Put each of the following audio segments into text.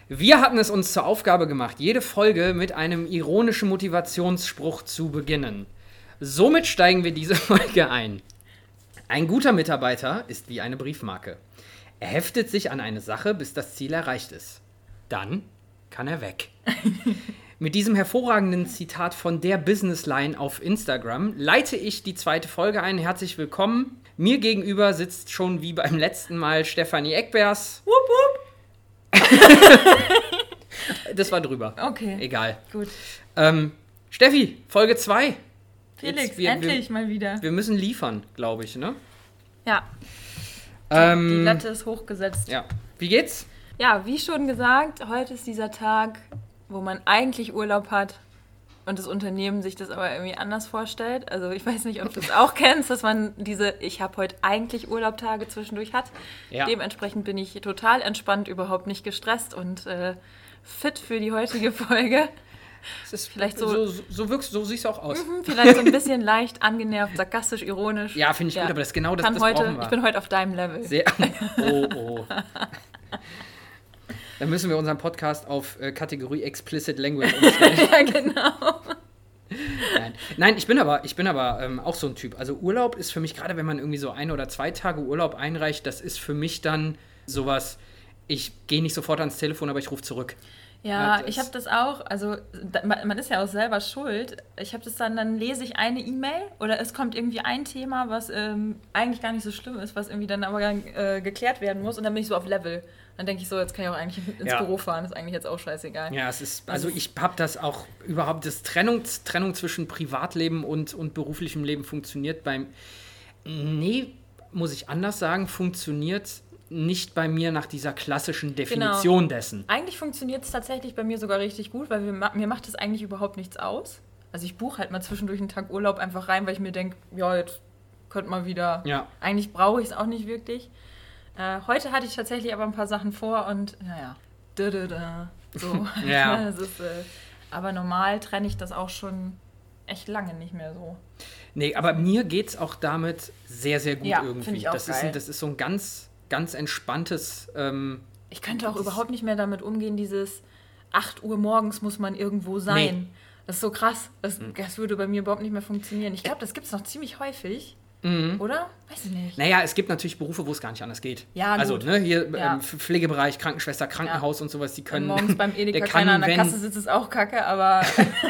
Wir hatten es uns zur Aufgabe gemacht, jede Folge mit einem ironischen Motivationsspruch zu beginnen. Somit steigen wir diese Folge ein. Ein guter Mitarbeiter ist wie eine Briefmarke. Er heftet sich an eine Sache, bis das Ziel erreicht ist. Dann kann er weg. Mit diesem hervorragenden Zitat von der Businessline auf Instagram leite ich die zweite Folge ein. Herzlich willkommen. Mir gegenüber sitzt schon wie beim letzten Mal Stefanie Eckbers. Wupp, wupp. Das war drüber. Okay. Egal. Gut. Steffi, Folge 2. Felix, endlich mal wieder. Wir müssen liefern, glaube ich, ne? Ja. Die Latte ist hochgesetzt. Ja. Wie geht's? Ja, wie schon gesagt, heute ist dieser Tag, wo man eigentlich Urlaub hat und das Unternehmen sich das aber irgendwie anders vorstellt. Also ich weiß nicht, ob du es auch kennst, dass man diese ich habe heute eigentlich Urlaubtage zwischendurch hat. Ja. Dementsprechend bin ich total entspannt, überhaupt nicht gestresst und fit für die heutige Folge. Es ist vielleicht so siehst du auch aus. Vielleicht so ein bisschen leicht angenervt, sarkastisch, ironisch. Ja, finde ich gut, aber das ist genau das brauchen wir. Ich bin heute auf deinem Level. Sehr. Oh. Dann müssen wir unseren Podcast auf Kategorie Explicit Language umstellen. Ja, genau. Nein, ich bin aber auch so ein Typ. Also Urlaub ist für mich, gerade wenn man irgendwie so 1 oder 2 Tage Urlaub einreicht, das ist für mich dann sowas, ich gehe nicht sofort ans Telefon, aber ich rufe zurück. Ja, ich habe das auch, also man ist ja auch selber schuld. Ich habe das dann lese ich eine E-Mail oder es kommt irgendwie ein Thema, was eigentlich gar nicht so schlimm ist, was irgendwie dann aber geklärt werden muss und dann bin ich so auf Level. Dann denke ich so, jetzt kann ich auch eigentlich ins Büro fahren, ist eigentlich jetzt auch scheißegal. Ja, es ist, also ich habe das auch überhaupt, das Trennung zwischen Privatleben und beruflichem Leben funktioniert muss ich anders sagen, funktioniert nicht bei mir nach dieser klassischen Definition dessen. Eigentlich funktioniert es tatsächlich bei mir sogar richtig gut, weil mir macht es eigentlich überhaupt nichts aus. Also ich buche halt mal zwischendurch einen Tag Urlaub einfach rein, weil ich mir denke, ja, jetzt könnte mal wieder. Ja. Eigentlich brauche ich es auch nicht wirklich. Heute hatte ich tatsächlich aber ein paar Sachen vor und so. Ja. Das ist, aber normal trenne ich das auch schon echt lange nicht mehr so. Nee, aber mir geht's auch damit sehr, sehr gut irgendwie. Finde ich auch geil. Das ist so ein ganz entspanntes... ich könnte auch überhaupt nicht mehr damit umgehen, dieses 8 Uhr morgens muss man irgendwo sein. Nee. Das ist so krass. Das würde bei mir überhaupt nicht mehr funktionieren. Ich glaube, das gibt es noch ziemlich häufig. Oder? Weiß ich nicht. Naja, es gibt natürlich Berufe, wo es gar nicht anders geht. Ja, also, ne, hier Pflegebereich, Krankenschwester, Krankenhaus und sowas, die können... Wenn morgens beim Edeka keiner an der Kasse sitzt, ist auch kacke, aber...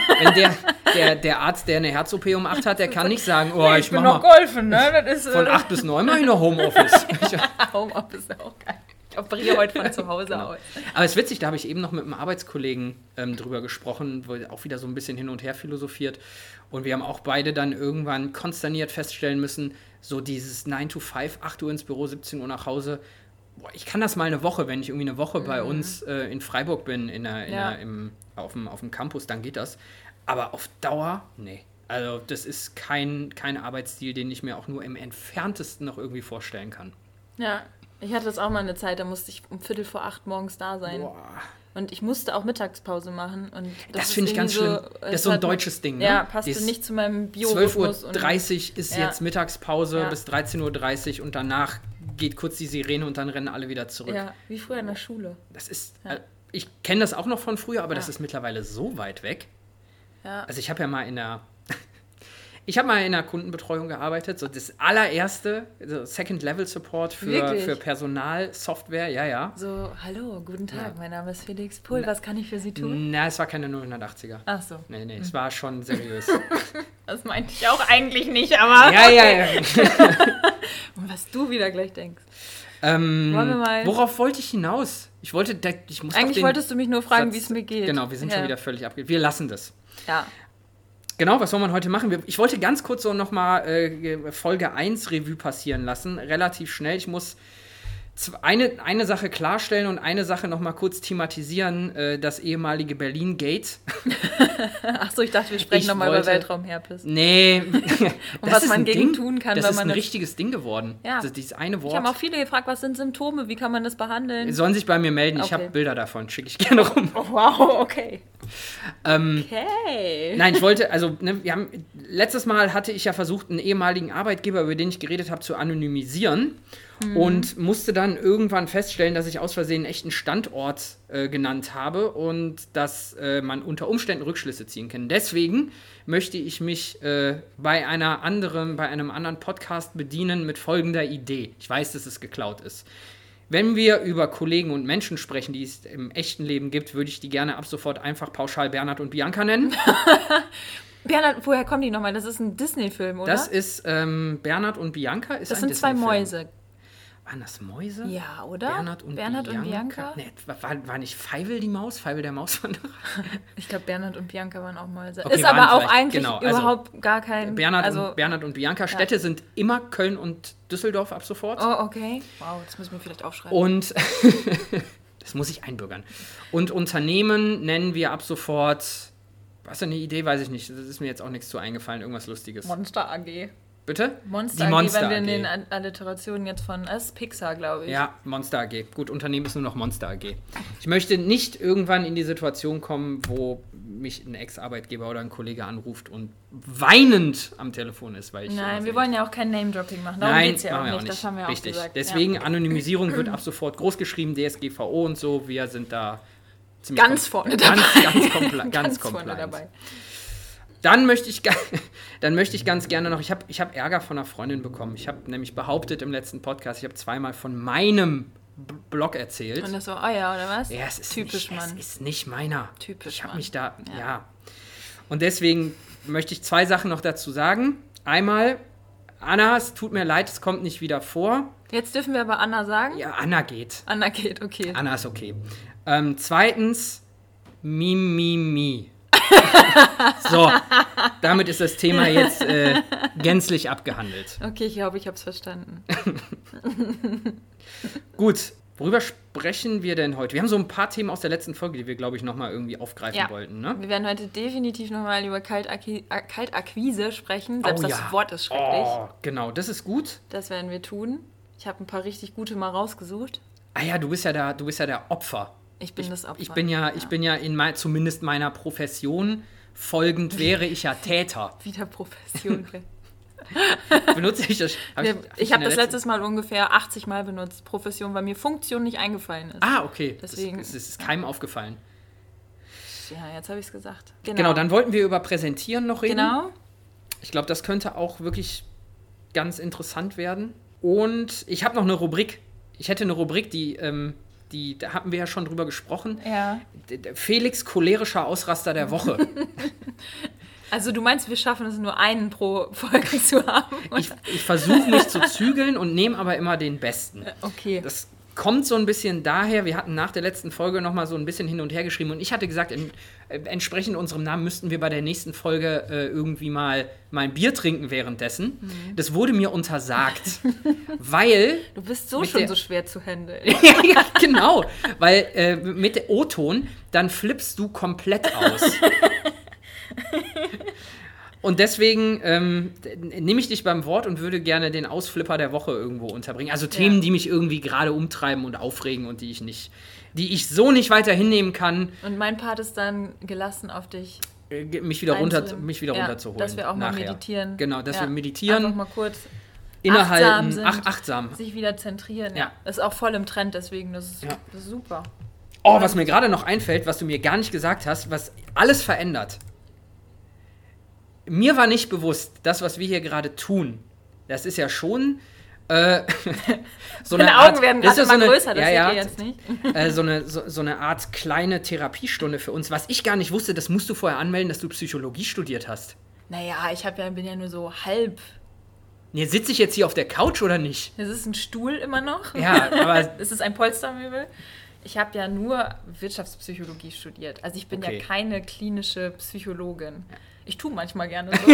Wenn der Arzt, der eine Herz-OP um 8 hat, der kann nicht sagen, ich bin noch golfen, ne? Das ist, von 8 bis 9 mache ich noch Homeoffice. Homeoffice ist auch geil. Ich operiere heute von zu Hause aus. Aber es ist witzig, da habe ich eben noch mit einem Arbeitskollegen drüber gesprochen, wo er auch wieder so ein bisschen hin und her philosophiert. Und wir haben auch beide dann irgendwann konsterniert feststellen müssen, so dieses 9 to 5, 8 Uhr ins Büro, 17 Uhr nach Hause. Boah, ich kann das mal eine Woche, wenn ich irgendwie eine Woche bei uns in Freiburg bin, auf dem Campus, dann geht das. Aber auf Dauer, nee. Also das ist kein Arbeitsstil, den ich mir auch nur im Entferntesten noch irgendwie vorstellen kann. Ja, ich hatte das auch mal eine Zeit, da musste ich um 7:45 morgens da sein. Boah. Und ich musste auch Mittagspause machen. Und das finde ich ganz schlimm. Das ist so ein deutsches Ding, ne? Ja, passte nicht zu meinem Bio-Rhythmus. 12:30 Uhr ist jetzt Mittagspause bis 13:30 Uhr und danach geht kurz die Sirene und dann rennen alle wieder zurück. Ja, wie früher in der Schule. Das ist, ich kenne das auch noch von früher, aber das ist mittlerweile so weit weg. Ja. Also ich habe ja mal in der Kundenbetreuung gearbeitet, so das allererste, so Second-Level-Support für Personalsoftware, ja. So, hallo, guten Tag, mein Name ist Felix Pohl, was kann ich für Sie tun? Na, es war keine 080er. Ach so. Nee, es war schon seriös. Das meinte ich auch eigentlich nicht, aber... Ja. Und was du wieder gleich denkst. Wollen wir mal... Worauf wollte ich hinaus? Eigentlich wolltest du mich nur fragen, wie es mir geht. Genau, wir sind schon wieder völlig abgeht. Wir lassen das. Ja. Genau, was soll man heute machen? Ich wollte ganz kurz so nochmal Folge 1 Revue passieren lassen, relativ schnell. Ich muss eine Sache klarstellen und eine Sache nochmal kurz thematisieren, das ehemalige Berlin-Gate. Achso, ich dachte, wir sprechen nochmal über Weltraumherpes. Nee. Und was man gegen tun kann, wenn man... Das ist ein richtiges Ding geworden. Ja. Dieses eine Wort. Ich habe auch viele gefragt, was sind Symptome, wie kann man das behandeln? Sollen sich bei mir melden, ich habe Bilder davon, schicke ich gerne rum. Oh, wow, okay. Okay. Nein, ich wollte, also, ne, letztes Mal hatte ich ja versucht, einen ehemaligen Arbeitgeber, über den ich geredet habe, zu anonymisieren und musste dann irgendwann feststellen, dass ich aus Versehen einen echten Standort genannt habe und dass man unter Umständen Rückschlüsse ziehen kann. Deswegen möchte ich mich bei einem anderen Podcast bedienen mit folgender Idee. Ich weiß, dass es geklaut ist. Wenn wir über Kollegen und Menschen sprechen, die es im echten Leben gibt, würde ich die gerne ab sofort einfach pauschal Bernhard und Bianca nennen. Bernhard, woher kommen die nochmal? Das ist ein Disney-Film, oder? Das ist Bernhard und Bianca. Ist das ein sind zwei Disney-Film. Mäuse. Waren das Mäuse? Ja, oder? Bernhard und Bianca? Nee, war nicht Feivel die Maus? Feivel der Mauswanderer? Ich glaube, Bernhard und Bianca waren auch Mäuse. Okay, ist aber auch vielleicht, eigentlich genau, also überhaupt gar kein... Bernhard und Bianca. Städte sind immer Köln und Düsseldorf ab sofort. Oh, okay. Wow, das müssen wir vielleicht aufschreiben. Und das muss ich einbürgern. Und Unternehmen nennen wir ab sofort... Was, eine Idee, weiß ich nicht. Das ist mir jetzt auch nichts zu eingefallen. Irgendwas Lustiges. Monster AG. Bitte? Monster AG, wenn wir in den Alliterationen jetzt von... Das ist Pixar, glaube ich. Ja, Monster AG. Gut, Unternehmen ist nur noch Monster AG. Ich möchte nicht irgendwann in die Situation kommen, wo mich ein Ex-Arbeitgeber oder ein Kollege anruft und weinend am Telefon ist, weil ich... Nein, wir wollen ja auch kein Name-Dropping machen. Darum geht es ja auch nicht. Das haben wir Richtig. auch gesagt. Deswegen, Anonymisierung wird ab sofort großgeschrieben, DSGVO und so. Wir sind da ziemlich... Ganz vorne dabei. Ganz vorne dabei. Dann möchte ich ganz gerne noch, ich hab Ärger von einer Freundin bekommen. Ich habe nämlich behauptet im letzten Podcast, ich habe zweimal von meinem Blog erzählt. Und das war euer, oder was? Ja, es ist typisch, nicht, Mann. Es ist nicht meiner. Typisch, Ich habe Mann. mich da, ja. Und deswegen möchte ich zwei Sachen noch dazu sagen. Einmal, Anna, es tut mir leid, es kommt nicht wieder vor. Jetzt dürfen wir aber Anna sagen? Ja, Anna geht. Anna geht, okay. Anna ist okay. Zweitens, Mi. So, damit ist das Thema jetzt gänzlich abgehandelt. Okay, ich glaube, ich habe es verstanden. Gut, worüber sprechen wir denn heute? Wir haben so ein paar Themen aus der letzten Folge, die wir, glaube ich, nochmal irgendwie aufgreifen wollten. Ne? Wir werden heute definitiv nochmal über Kaltakquise sprechen. Selbst das Wort ist schrecklich. Oh, genau, das ist gut. Das werden wir tun. Ich habe ein paar richtig gute mal rausgesucht. Ah ja, du bist ja der Opfer. Ich bin das Opfer. Ich bin ja in zumindest meiner Profession folgend wäre ich ja Täter. Wieder Profession. Benutze ich das? Ich habe das letztes Mal ungefähr 80 Mal benutzt. Profession, weil mir Funktion nicht eingefallen ist. Ah, okay. Deswegen. Es ist keinem aufgefallen. Ja, jetzt habe ich es gesagt. Genau, dann wollten wir über Präsentieren noch reden. Genau. Ich glaube, das könnte auch wirklich ganz interessant werden. Und ich habe noch eine Rubrik. Ich hätte eine Rubrik, da hatten wir ja schon drüber gesprochen. Ja. Felix cholerischer Ausraster der Woche. Also du meinst, wir schaffen es nur einen pro Folge zu haben? Ich versuche mich zu zügeln und nehme aber immer den Besten. Okay. Das kommt so ein bisschen daher, wir hatten nach der letzten Folge noch mal so ein bisschen hin und her geschrieben und ich hatte gesagt, entsprechend unserem Namen müssten wir bei der nächsten Folge irgendwie mal ein Bier trinken währenddessen. Mhm. Das wurde mir untersagt, weil... Du bist so schon so schwer zu handeln. Ja, genau, weil mit dem O-Ton, dann flippst du komplett aus. Und deswegen nehme ich dich beim Wort und würde gerne den Ausflipper der Woche irgendwo unterbringen. Also Themen, die mich irgendwie gerade umtreiben und aufregen und die ich so nicht weiter hinnehmen kann. Und mein Part ist dann gelassen auf dich. Mich wieder runterzuholen. Dass wir auch mal meditieren. Genau, dass wir meditieren. Einfach mal kurz innehalten, achtsam. Sich wieder zentrieren. Ja. Das ist auch voll im Trend, deswegen das ist super. Oh, was mir gerade noch einfällt, was du mir gar nicht gesagt hast, was alles verändert. Mir war nicht bewusst, das, was wir hier gerade tun, das ist ja schon so eine Art... Augen werden gerade mal größer, das seht ihr jetzt nicht. So eine Art kleine Therapiestunde für uns. Was ich gar nicht wusste, das musst du vorher anmelden, dass du Psychologie studiert hast. Naja, bin ja nur so halb... Nee, sitze ich jetzt hier auf der Couch oder nicht? Das ist ein Stuhl immer noch. Ja, aber... Es ist ein Polstermöbel. Ich habe ja nur Wirtschaftspsychologie studiert. Also ich bin ja keine klinische Psychologin. Ich tue manchmal gerne so.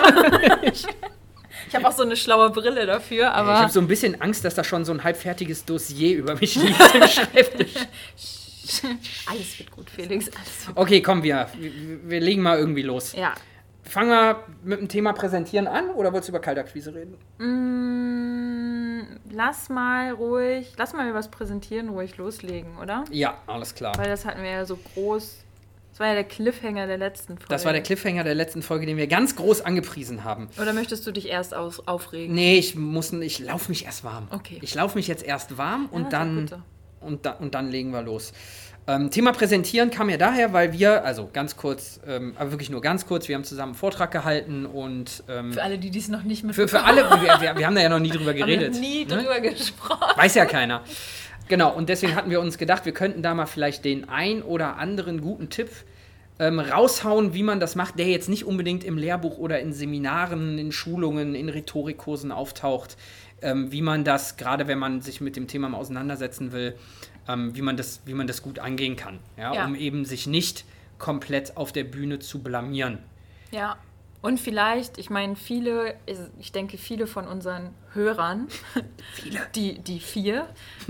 Ich habe auch so eine schlaue Brille dafür, aber... Ich habe so ein bisschen Angst, dass da schon so ein halbfertiges Dossier über mich liegt im Schreibtisch. Alles wird gut, Felix. Alles wird okay, komm, wir legen mal irgendwie los. Ja. Fangen wir mit dem Thema Präsentieren an oder wolltest du über Kaltakquise reden? Lass mal über was präsentieren, ruhig loslegen, oder? Ja, alles klar. Weil das hatten wir ja so groß Das war ja der Cliffhanger der letzten Folge. Das war der Cliffhanger der letzten Folge, den wir ganz groß angepriesen haben. Oder möchtest du dich erst aufregen? Nee, ich laufe mich erst warm. Okay. Ich laufe mich jetzt erst warm Ja, und ist dann... auch gut so. Und dann legen wir los. Thema Präsentieren kam ja daher, weil wir, also ganz kurz, aber wirklich nur ganz kurz, wir haben zusammen einen Vortrag gehalten und... Für alle, die dies noch nicht mitbekommen für alle, wir haben da ja noch nie drüber geredet. haben nie drüber gesprochen. Weiß ja keiner. Genau, und deswegen hatten wir uns gedacht, wir könnten da mal vielleicht den ein oder anderen guten Tipp raushauen, wie man das macht, der jetzt nicht unbedingt im Lehrbuch oder in Seminaren, in Schulungen, in Rhetorikkursen auftaucht, wie man das, gerade wenn man sich mit dem Thema mal auseinandersetzen will, wie man das gut angehen kann, ja, um eben sich nicht komplett auf der Bühne zu blamieren. Ja, und vielleicht, ich meine, ich denke, viele von unseren Hörern, die 4,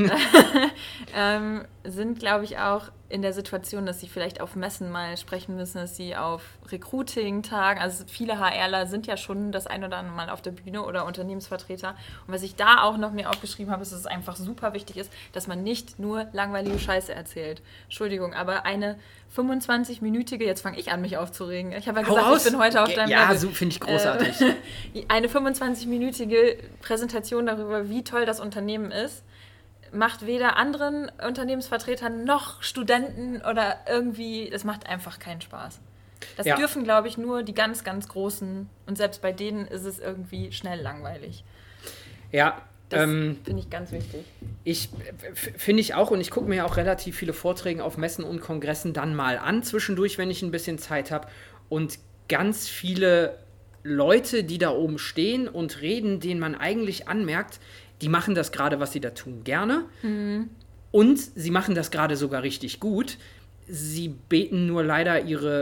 sind, glaube ich, auch in der Situation, dass sie vielleicht auf Messen mal sprechen müssen, dass sie auf Recruiting-Tagen, also viele HRler sind ja schon das ein oder andere Mal auf der Bühne oder Unternehmensvertreter. Und was ich da auch noch mir aufgeschrieben habe, ist, dass es einfach super wichtig ist, dass man nicht nur langweilige Scheiße erzählt. Entschuldigung, aber eine 25-minütige, jetzt fange ich an, mich aufzuregen. Ich habe ja gesagt, ich bin heute auf deinem Level. Ja, so finde ich großartig. Eine 25-minütige Präsentation darüber, wie toll das Unternehmen ist, macht weder anderen Unternehmensvertretern noch Studenten oder irgendwie, das macht einfach keinen Spaß. Das dürfen, glaube ich, nur die ganz, ganz Großen und selbst bei denen ist es irgendwie schnell langweilig. Ja. Das finde ich ganz wichtig. Finde ich auch, und ich gucke mir ja auch relativ viele Vorträge auf Messen und Kongressen dann mal an, zwischendurch, wenn ich ein bisschen Zeit habe. Und ganz viele Leute, die da oben stehen und reden, denen man eigentlich anmerkt, die machen das gerade, was sie da tun, gerne. Mhm. Und sie machen das gerade sogar richtig gut. Sie beten nur leider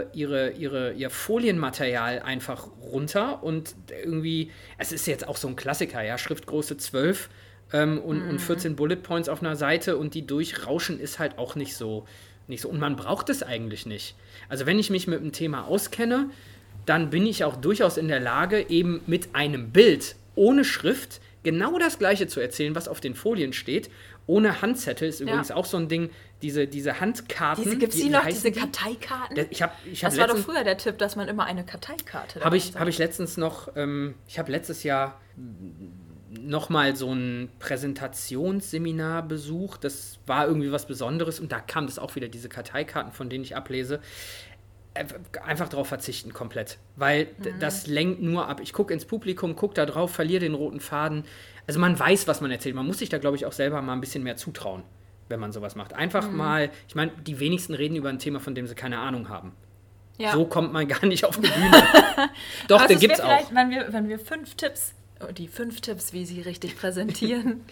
ihr Folienmaterial einfach runter. Und irgendwie, es ist jetzt auch so ein Klassiker, ja, Schriftgröße 12 und 14 Bullet Points auf einer Seite und die durchrauschen ist halt auch nicht so. Und man braucht es eigentlich nicht. Also wenn ich mich mit einem Thema auskenne, dann bin ich auch durchaus in der Lage, eben mit einem Bild ohne Schrift genau das Gleiche zu erzählen, was auf den Folien steht. Ohne Handzettel ist übrigens auch so ein Ding, diese Handkarten. Gibt es die noch, diese Karteikarten? Das war doch früher der Tipp, dass man immer eine Karteikarte Habe ich letztens noch, ich habe letztes Jahr nochmal so ein Präsentationsseminar besucht. Das war irgendwie was Besonderes und da kam das auch wieder, diese Karteikarten, von denen ich ablese. Einfach darauf verzichten komplett, weil das lenkt nur ab. Ich gucke ins Publikum, gucke da drauf, verliere den roten Faden. Also man weiß, was man erzählt. Man muss sich da, glaube ich, auch selber mal ein bisschen mehr zutrauen, wenn man sowas macht. Einfach mal, ich meine, die wenigsten reden über ein Thema, von dem sie keine Ahnung haben. Ja. So kommt man gar nicht auf die Bühne. Doch, den gibt's auch. Wenn wir 5 Tipps, die 5 Tipps, wie sie richtig präsentieren,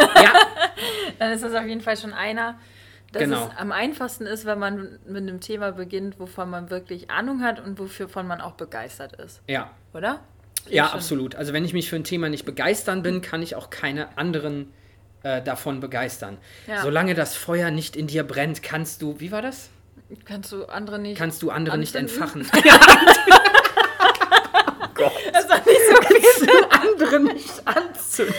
dann ist das auf jeden Fall schon einer. Dass es am einfachsten ist, wenn man mit einem Thema beginnt, wovon man wirklich Ahnung hat und wovon man auch begeistert ist. Ja. Oder? Ja, absolut. Also wenn ich mich für ein Thema nicht begeistern bin, kann ich auch keine anderen davon begeistern. Ja. Solange das Feuer nicht in dir brennt, kannst du, wie war das? Kannst du andere nicht entfachen. Oh Gott. Das ist doch nicht so viel. Andere nicht anzünden.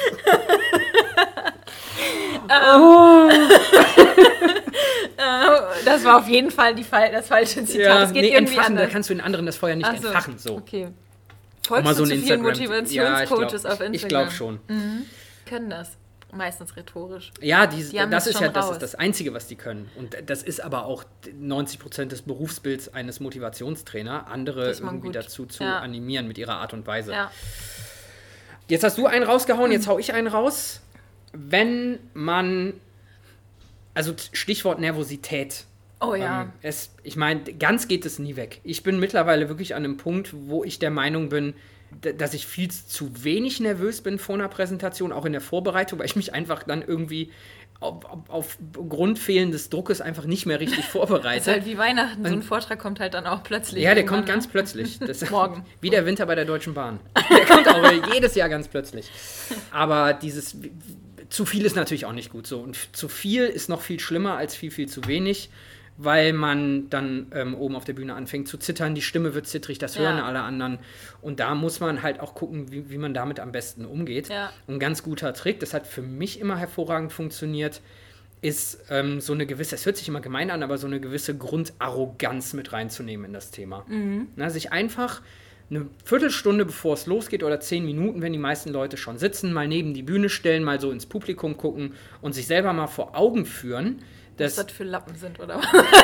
Das war auf jeden Fall das falsche Zitat. Ja, das geht irgendwie entfachen, anders. da kannst du den anderen das Feuer nicht entfachen. So. Okay. Folgst du zu vielen Motivationscoaches auf Instagram? Ich glaube schon. Mhm. Können das. Meistens rhetorisch. Ja, das ist das Einzige, was die können. Und das ist aber auch 90% des Berufsbilds eines Motivationstrainers, andere irgendwie dazu zu animieren mit ihrer Art und Weise. Ja. Jetzt hast du einen rausgehauen, jetzt hau ich einen raus. Wenn man, also Stichwort Nervosität. Oh ja. Ich meine, ganz geht es nie weg. Ich bin mittlerweile wirklich an einem Punkt, wo ich der Meinung bin, dass ich viel zu wenig nervös bin vor einer Präsentation, auch in der Vorbereitung, weil ich mich einfach dann irgendwie aufgrund fehlendes Druckes einfach nicht mehr richtig vorbereite. Das ist halt wie Weihnachten, so ein Vortrag kommt halt dann auch plötzlich. Ja, der kommt ganz plötzlich. Morgen. Wie der Winter bei der Deutschen Bahn. Der kommt auch jedes Jahr ganz plötzlich. Aber zu viel ist natürlich auch nicht gut so. Und zu viel ist noch viel schlimmer als viel, viel zu wenig, weil man dann oben auf der Bühne anfängt zu zittern, die Stimme wird zittrig, das hören alle anderen. Und da muss man halt auch gucken, wie man damit am besten umgeht. Ja. Und ein ganz guter Trick, das hat für mich immer hervorragend funktioniert, ist so eine gewisse, es hört sich immer gemein an, aber so eine gewisse Grundarroganz mit reinzunehmen in das Thema. Na, sich einfach eine Viertelstunde, bevor es losgeht, oder 10 Minuten, wenn die meisten Leute schon sitzen, mal neben die Bühne stellen, mal so ins Publikum gucken und sich selber mal vor Augen führen, dass was das für Lappen sind, oder was?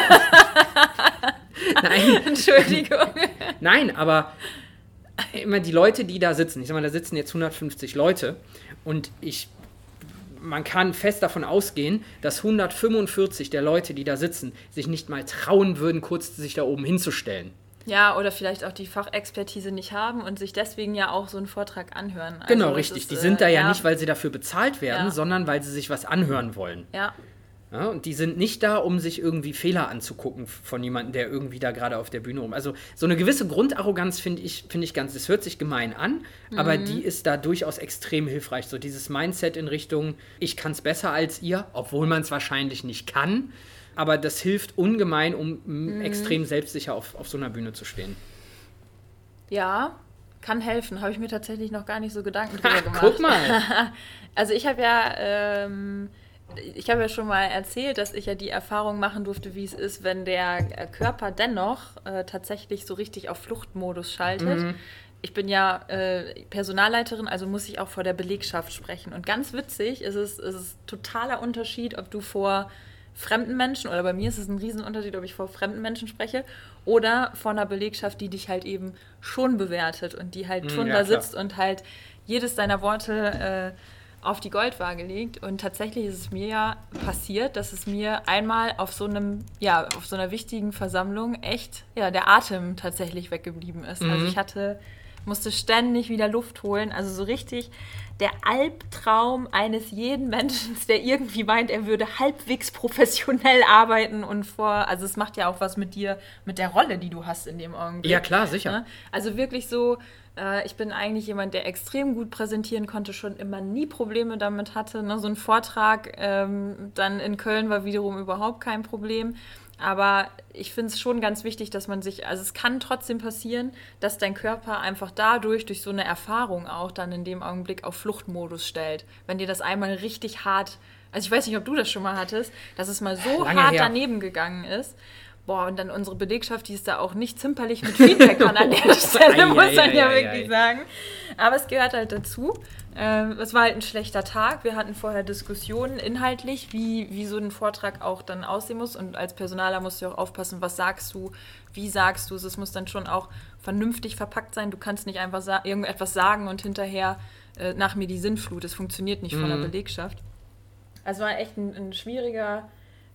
Nein. Entschuldigung. Nein, aber immer die Leute, die da sitzen, ich sag mal, da sitzen jetzt 150 Leute und man kann fest davon ausgehen, dass 145 der Leute, die da sitzen, sich nicht mal trauen würden, kurz sich da oben hinzustellen. Ja, oder vielleicht auch die Fachexpertise nicht haben und sich deswegen ja auch so einen Vortrag anhören. Also genau, richtig. Die sind da ja nicht, weil sie dafür bezahlt werden, sondern weil sie sich was anhören wollen. Ja. Ja, und die sind nicht da, um sich irgendwie Fehler anzugucken von jemandem, der irgendwie da gerade auf der Bühne Also so eine gewisse Grundarroganz finde ich ganz, das hört sich gemein an, aber die ist da durchaus extrem hilfreich. So dieses Mindset in Richtung, ich kann es besser als ihr, obwohl man es wahrscheinlich nicht kann, aber das hilft ungemein, um extrem selbstsicher auf so einer Bühne zu stehen. Ja, kann helfen. Habe ich mir tatsächlich noch gar nicht so Gedanken drüber gemacht. Guck mal! Also ich habe ja schon mal erzählt, dass ich ja die Erfahrung machen durfte, wie es ist, wenn der Körper dennoch tatsächlich so richtig auf Fluchtmodus schaltet. Ich bin ja Personalleiterin, also muss ich auch vor der Belegschaft sprechen. Und ganz witzig, es ist totaler Unterschied, ob du vor fremden Menschen, oder bei mir ist es ein Riesenunterschied, ob ich vor fremden Menschen spreche oder vor einer Belegschaft, die dich halt eben schon bewertet und die halt schon da sitzt und halt jedes deiner Worte auf die Goldwaage legt. Und tatsächlich ist es mir ja passiert, dass es mir einmal auf so einer wichtigen Versammlung echt, der Atem tatsächlich weggeblieben ist. Also ich musste ständig wieder Luft holen. Also so richtig der Albtraum eines jeden Menschen, der irgendwie meint, er würde halbwegs professionell arbeiten also es macht ja auch was mit dir, mit der Rolle, die du hast in dem Augenblick. Ja, klar, sicher. Ne? Also wirklich so, ich bin eigentlich jemand, der extrem gut präsentieren konnte, schon immer nie Probleme damit hatte. Ne? So ein Vortrag dann in Köln war wiederum überhaupt kein Problem. Aber ich finde es schon ganz wichtig, dass man also es kann trotzdem passieren, dass dein Körper einfach durch so eine Erfahrung auch dann in dem Augenblick auf Fluchtmodus stellt. Wenn dir das einmal richtig hart, also ich weiß nicht, ob du das schon mal hattest, dass es mal so lange hart her daneben gegangen ist. Boah, und dann unsere Belegschaft, die ist da auch nicht zimperlich mit Feedbackern an der Stelle, muss man ja wirklich sagen. Aber es gehört halt dazu. Es war halt ein schlechter Tag. Wir hatten vorher Diskussionen inhaltlich, wie so ein Vortrag auch dann aussehen muss. Und als Personaler musst du auch aufpassen, was sagst du, wie sagst du es. Es muss dann schon auch vernünftig verpackt sein. Du kannst nicht einfach irgendetwas sagen und hinterher nach mir die Sinnflut. Das funktioniert nicht von der Belegschaft. Also war echt ein schwieriger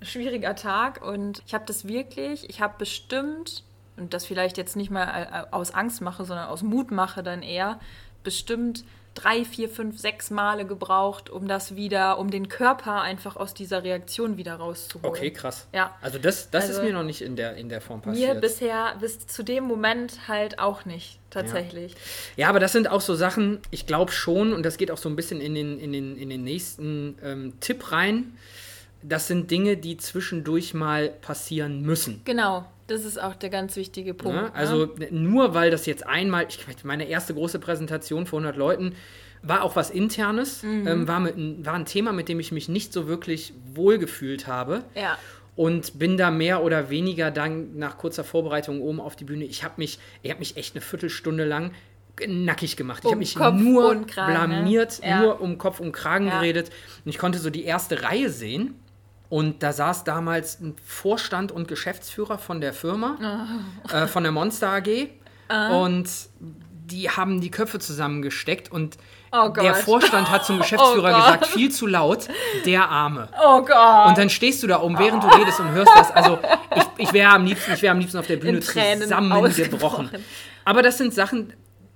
Tag. Und ich habe bestimmt, und das vielleicht jetzt nicht mal aus Angst mache, sondern aus Mut mache dann eher, bestimmt 3, 4, 5, 6 Male gebraucht, um den Körper einfach aus dieser Reaktion wieder rauszuholen. Okay, krass. Ja. Also das ist mir noch nicht in der Form passiert. Mir bisher, bis zu dem Moment halt auch nicht, tatsächlich. Ja, aber das sind auch so Sachen, ich glaube schon, und das geht auch so ein bisschen in den nächsten Tipp rein, das sind Dinge, die zwischendurch mal passieren müssen. Genau. Das ist auch der ganz wichtige Punkt. Ja, also nur weil das jetzt einmal, meine erste große Präsentation vor 100 Leuten, war auch was Internes, war ein Thema, mit dem ich mich nicht so wirklich wohlgefühlt habe. Ja. Und bin da mehr oder weniger dann nach kurzer Vorbereitung oben auf die Bühne, ich hab mich echt eine Viertelstunde lang nackig gemacht. Ich habe mich nur blamiert, nur um Kopf und Kragen geredet. Und ich konnte so die erste Reihe sehen. Und da saß damals ein Vorstand und Geschäftsführer von der Firma, von der Monster AG. Und die haben die Köpfe zusammengesteckt und der Vorstand hat zum Geschäftsführer gesagt, viel zu laut, der Arme. Oh Gott. Und dann stehst du da oben, während du redest und hörst das. Also ich wäre am liebsten auf der Bühne zusammengebrochen. Aber das sind Sachen,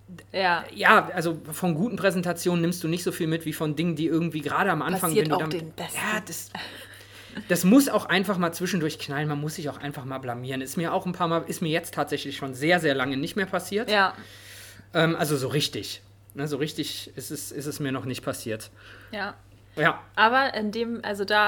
also von guten Präsentationen nimmst du nicht so viel mit wie von Dingen, die irgendwie gerade am Anfang... Passiert auch den Besten. Ja, das muss auch einfach mal zwischendurch knallen, man muss sich auch einfach mal blamieren. Ist mir jetzt tatsächlich schon sehr, sehr lange nicht mehr passiert. Ja. Also so richtig. Ne, so richtig ist es mir noch nicht passiert. Ja. Ja. Aber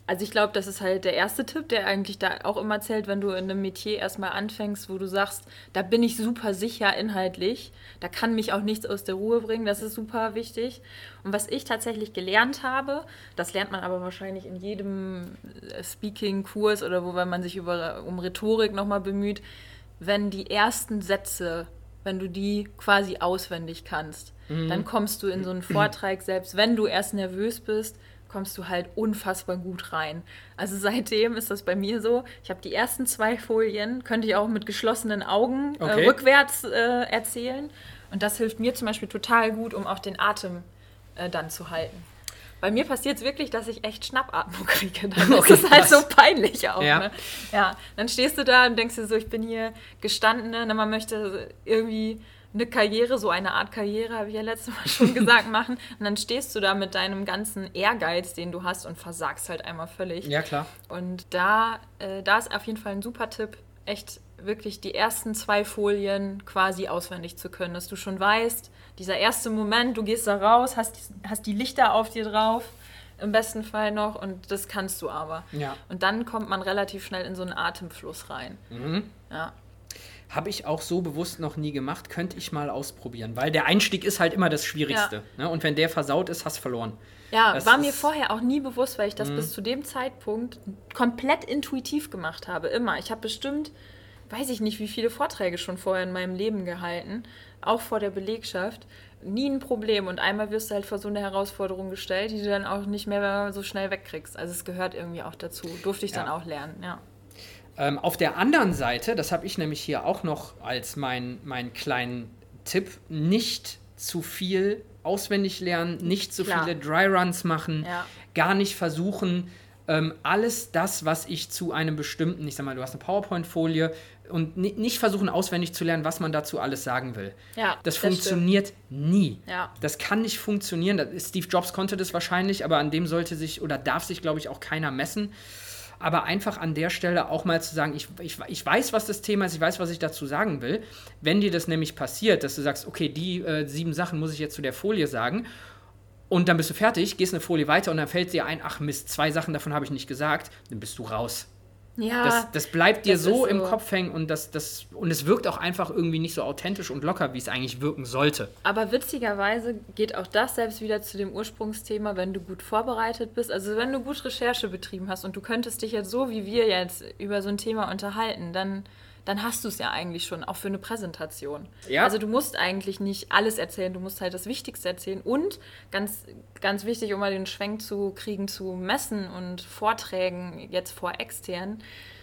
Also ich glaube, das ist halt der erste Tipp, der eigentlich da auch immer zählt, wenn du in einem Metier erstmal anfängst, wo du sagst, da bin ich super sicher inhaltlich, da kann mich auch nichts aus der Ruhe bringen, das ist super wichtig. Und was ich tatsächlich gelernt habe, das lernt man aber wahrscheinlich in jedem Speaking-Kurs oder wo, wenn man sich um Rhetorik nochmal bemüht, wenn die ersten Sätze, wenn du die quasi auswendig kannst, dann kommst du in so einen Vortrag, selbst wenn du erst nervös bist, kommst du halt unfassbar gut rein. Also seitdem ist das bei mir so, ich habe die ersten 2 Folien, könnte ich auch mit geschlossenen Augen rückwärts erzählen. Und das hilft mir zum Beispiel total gut, um auch den Atem dann zu halten. Bei mir passiert es wirklich, dass ich echt Schnappatmung kriege. Dann ist es halt so peinlich auch. Ja. Ne? Ja, dann stehst du da und denkst dir so, ich bin hier Gestandene, man möchte irgendwie eine Karriere, so eine Art Karriere, habe ich ja letztes Mal schon gesagt, machen. Und dann stehst du da mit deinem ganzen Ehrgeiz, den du hast, und versagst halt einmal völlig. Ja, klar. Und da ist auf jeden Fall ein super Tipp, echt wirklich die ersten 2 Folien quasi auswendig zu können, dass du schon weißt, dieser erste Moment, du gehst da raus, hast die Lichter auf dir drauf, im besten Fall noch, und das kannst du aber. Ja. Und dann kommt man relativ schnell in so einen Atemfluss rein. Ja. Habe ich auch so bewusst noch nie gemacht, könnte ich mal ausprobieren, weil der Einstieg ist halt immer das Schwierigste. Ja. Ne? Und wenn der versaut ist, hast du verloren. Ja, das war mir vorher auch nie bewusst, weil ich das bis zu dem Zeitpunkt komplett intuitiv gemacht habe, immer. Ich habe bestimmt, weiß ich nicht, wie viele Vorträge schon vorher in meinem Leben gehalten, auch vor der Belegschaft. Nie ein Problem, und einmal wirst du halt vor so eine Herausforderung gestellt, die du dann auch nicht mehr so schnell wegkriegst. Also es gehört irgendwie auch dazu. Durfte ich dann auch lernen, ja. Auf der anderen Seite, das habe ich nämlich hier auch noch als meinen kleinen Tipp, nicht zu viel auswendig lernen, nicht zu viele Dry-Runs machen, gar nicht versuchen, alles das, was ich zu einem bestimmten, ich sag mal, du hast eine PowerPoint-Folie, und nicht versuchen auswendig zu lernen, was man dazu alles sagen will. Ja, das funktioniert nie. Ja. Das kann nicht funktionieren. Steve Jobs konnte das wahrscheinlich, aber an dem sollte sich oder darf sich, glaube ich, auch keiner messen. Aber einfach an der Stelle auch mal zu sagen, ich weiß, was das Thema ist, ich weiß, was ich dazu sagen will. Wenn dir das nämlich passiert, dass du sagst, okay, die 7 Sachen muss ich jetzt zu der Folie sagen, und dann bist du fertig, gehst eine Folie weiter und dann fällt dir ein, ach Mist, 2 Sachen davon habe ich nicht gesagt, dann bist du raus. Ja, das bleibt dir so im Kopf hängen, und es wirkt auch einfach irgendwie nicht so authentisch und locker, wie es eigentlich wirken sollte. Aber witzigerweise geht auch das selbst wieder zu dem Ursprungsthema, wenn du gut vorbereitet bist. Also wenn du gut Recherche betrieben hast und du könntest dich jetzt so wie wir jetzt über so ein Thema unterhalten, dann hast du es ja eigentlich schon, auch für eine Präsentation. Ja. Also du musst eigentlich nicht alles erzählen, du musst halt das Wichtigste erzählen. Und ganz, ganz wichtig, um mal den Schwenk zu kriegen zu Messen und Vorträgen jetzt vor externen,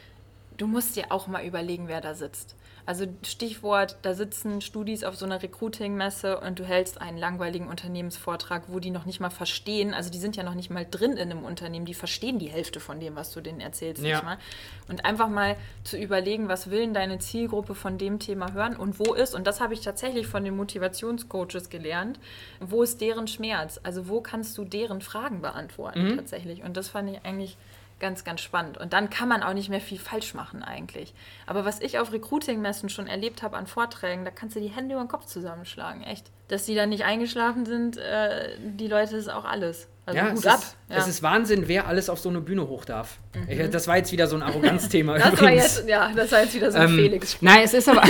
du musst dir auch mal überlegen, wer da sitzt. Also Stichwort, da sitzen Studis auf so einer Recruiting-Messe und du hältst einen langweiligen Unternehmensvortrag, wo die noch nicht mal verstehen, also die sind ja noch nicht mal drin in einem Unternehmen, die verstehen die Hälfte von dem, was du denen erzählst, nicht mal. Und einfach mal zu überlegen, was will denn deine Zielgruppe von dem Thema hören und wo ist, und das habe ich tatsächlich von den Motivationscoaches gelernt, wo ist deren Schmerz? Also wo kannst du deren Fragen beantworten tatsächlich? Und das fand ich eigentlich ganz, ganz spannend. Und dann kann man auch nicht mehr viel falsch machen eigentlich. Aber was ich auf Recruiting-Messen schon erlebt habe an Vorträgen, da kannst du die Hände über den Kopf zusammenschlagen, echt. Dass die dann nicht eingeschlafen sind, die Leute, ist auch alles. Also ja, gut ab. Es ist Wahnsinn, wer alles auf so eine Bühne hoch darf. Das war jetzt wieder so ein Arroganzthema. Das war jetzt wieder so ein Felix. Nein, es ist aber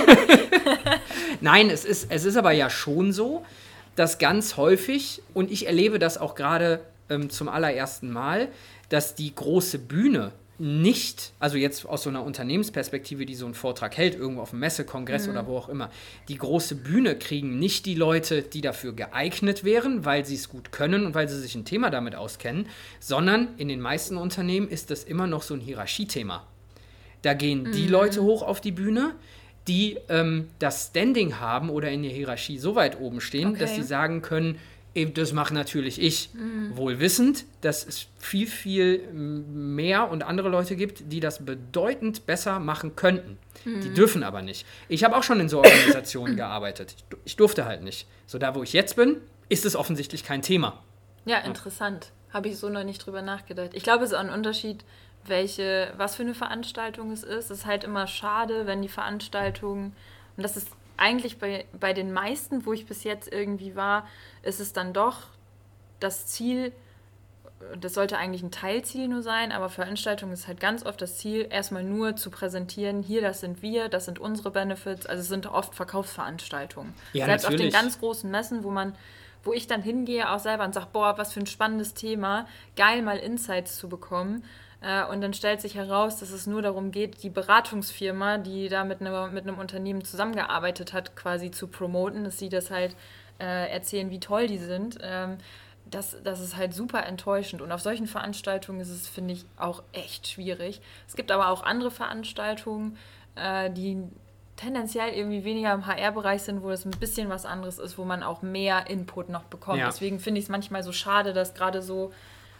Nein, es ist aber ja schon so, dass ganz häufig, und ich erlebe das auch gerade zum allerersten Mal, dass die große Bühne nicht, also jetzt aus so einer Unternehmensperspektive, die so einen Vortrag hält, irgendwo auf einem Messekongress oder wo auch immer, die große Bühne kriegen nicht die Leute, die dafür geeignet wären, weil sie es gut können und weil sie sich ein Thema damit auskennen, sondern in den meisten Unternehmen ist das immer noch so ein Hierarchiethema. Da gehen die Leute hoch auf die Bühne, die das Standing haben oder in der Hierarchie so weit oben stehen, dass sie sagen können, das mache natürlich ich, wohl wissend, dass es viel, viel mehr und andere Leute gibt, die das bedeutend besser machen könnten. Die dürfen aber nicht. Ich habe auch schon in so Organisationen gearbeitet. Ich durfte halt nicht. So da, wo ich jetzt bin, ist es offensichtlich kein Thema. Ja, interessant. Habe ich so noch nicht drüber nachgedacht. Ich glaube, es ist auch ein Unterschied, was für eine Veranstaltung es ist. Es ist halt immer schade, wenn die Veranstaltungen, und das ist eigentlich bei den meisten, wo ich bis jetzt irgendwie war, ist es dann doch das Ziel, das sollte eigentlich ein Teilziel nur sein, aber Veranstaltungen ist halt ganz oft das Ziel, erstmal nur zu präsentieren, hier, das sind wir, das sind unsere Benefits. Also es sind oft Verkaufsveranstaltungen. Ja, selbst natürlich. auf den ganz großen Messen, wo ich dann hingehe auch selber und sage, boah, was für ein spannendes Thema, geil mal Insights zu bekommen. Und dann stellt sich heraus, dass es nur darum geht, die Beratungsfirma, die da mit einem Unternehmen zusammengearbeitet hat, quasi zu promoten, dass sie das halt erzählen, wie toll die sind. Das ist halt super enttäuschend. Und auf solchen Veranstaltungen ist es, finde ich, auch echt schwierig. Es gibt aber auch andere Veranstaltungen, die tendenziell irgendwie weniger im HR-Bereich sind, wo es ein bisschen was anderes ist, wo man auch mehr Input noch bekommt. Ja. Deswegen finde ich es manchmal so schade, dass gerade so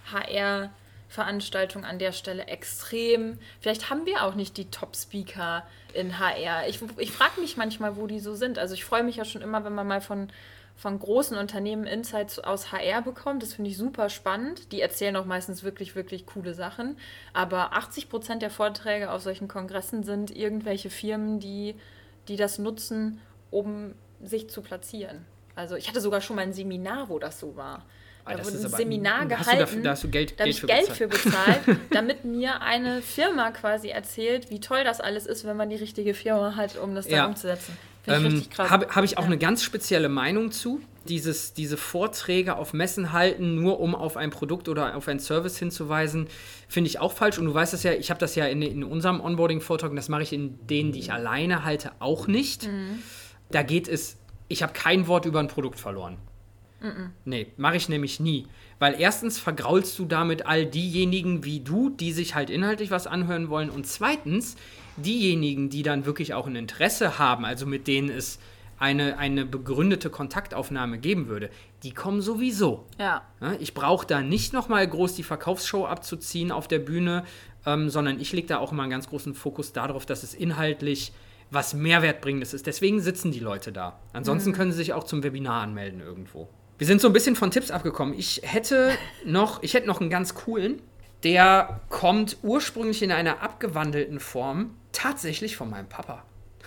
HR-Veranstaltungen an der Stelle extrem... Vielleicht haben wir auch nicht die Top-Speaker in HR. Ich frage mich manchmal, wo die so sind. Also ich freue mich ja schon immer, wenn man mal von großen Unternehmen Insights aus HR bekommt. Das finde ich super spannend. Die erzählen auch meistens wirklich, wirklich coole Sachen. Aber 80% der Vorträge auf solchen Kongressen sind irgendwelche Firmen, die das nutzen, um sich zu platzieren. Also ich hatte sogar schon mal ein Seminar, wo das so war. Da wurde ein Seminar gehalten, da hast du Geld für bezahlt, damit mir eine Firma quasi erzählt, wie toll das alles ist, wenn man die richtige Firma hat, um das dann umzusetzen. Finde ich richtig krass. Habe ich auch eine ganz spezielle Meinung zu. Diese Vorträge auf Messen halten, nur um auf ein Produkt oder auf einen Service hinzuweisen, finde ich auch falsch. Und du weißt es ja, ich habe das ja in unserem Onboarding-Vortrag, und das mache ich in denen, die ich alleine halte, auch nicht. Da geht es, ich habe kein Wort über ein Produkt verloren. Nee, mache ich nämlich nie. Weil erstens vergraulst du damit all diejenigen wie du, die sich halt inhaltlich was anhören wollen. Und zweitens, diejenigen, die dann wirklich auch ein Interesse haben, also mit denen es eine begründete Kontaktaufnahme geben würde, die kommen sowieso. Ja. Ich brauche da nicht nochmal groß die Verkaufsshow abzuziehen auf der Bühne, sondern ich lege da auch immer einen ganz großen Fokus darauf, dass es inhaltlich was Mehrwertbringendes ist. Deswegen sitzen die Leute da. Ansonsten können sie sich auch zum Webinar anmelden irgendwo. Wir sind so ein bisschen von Tipps abgekommen. Ich hätte noch einen ganz coolen. Der kommt ursprünglich in einer abgewandelten Form tatsächlich von meinem Papa.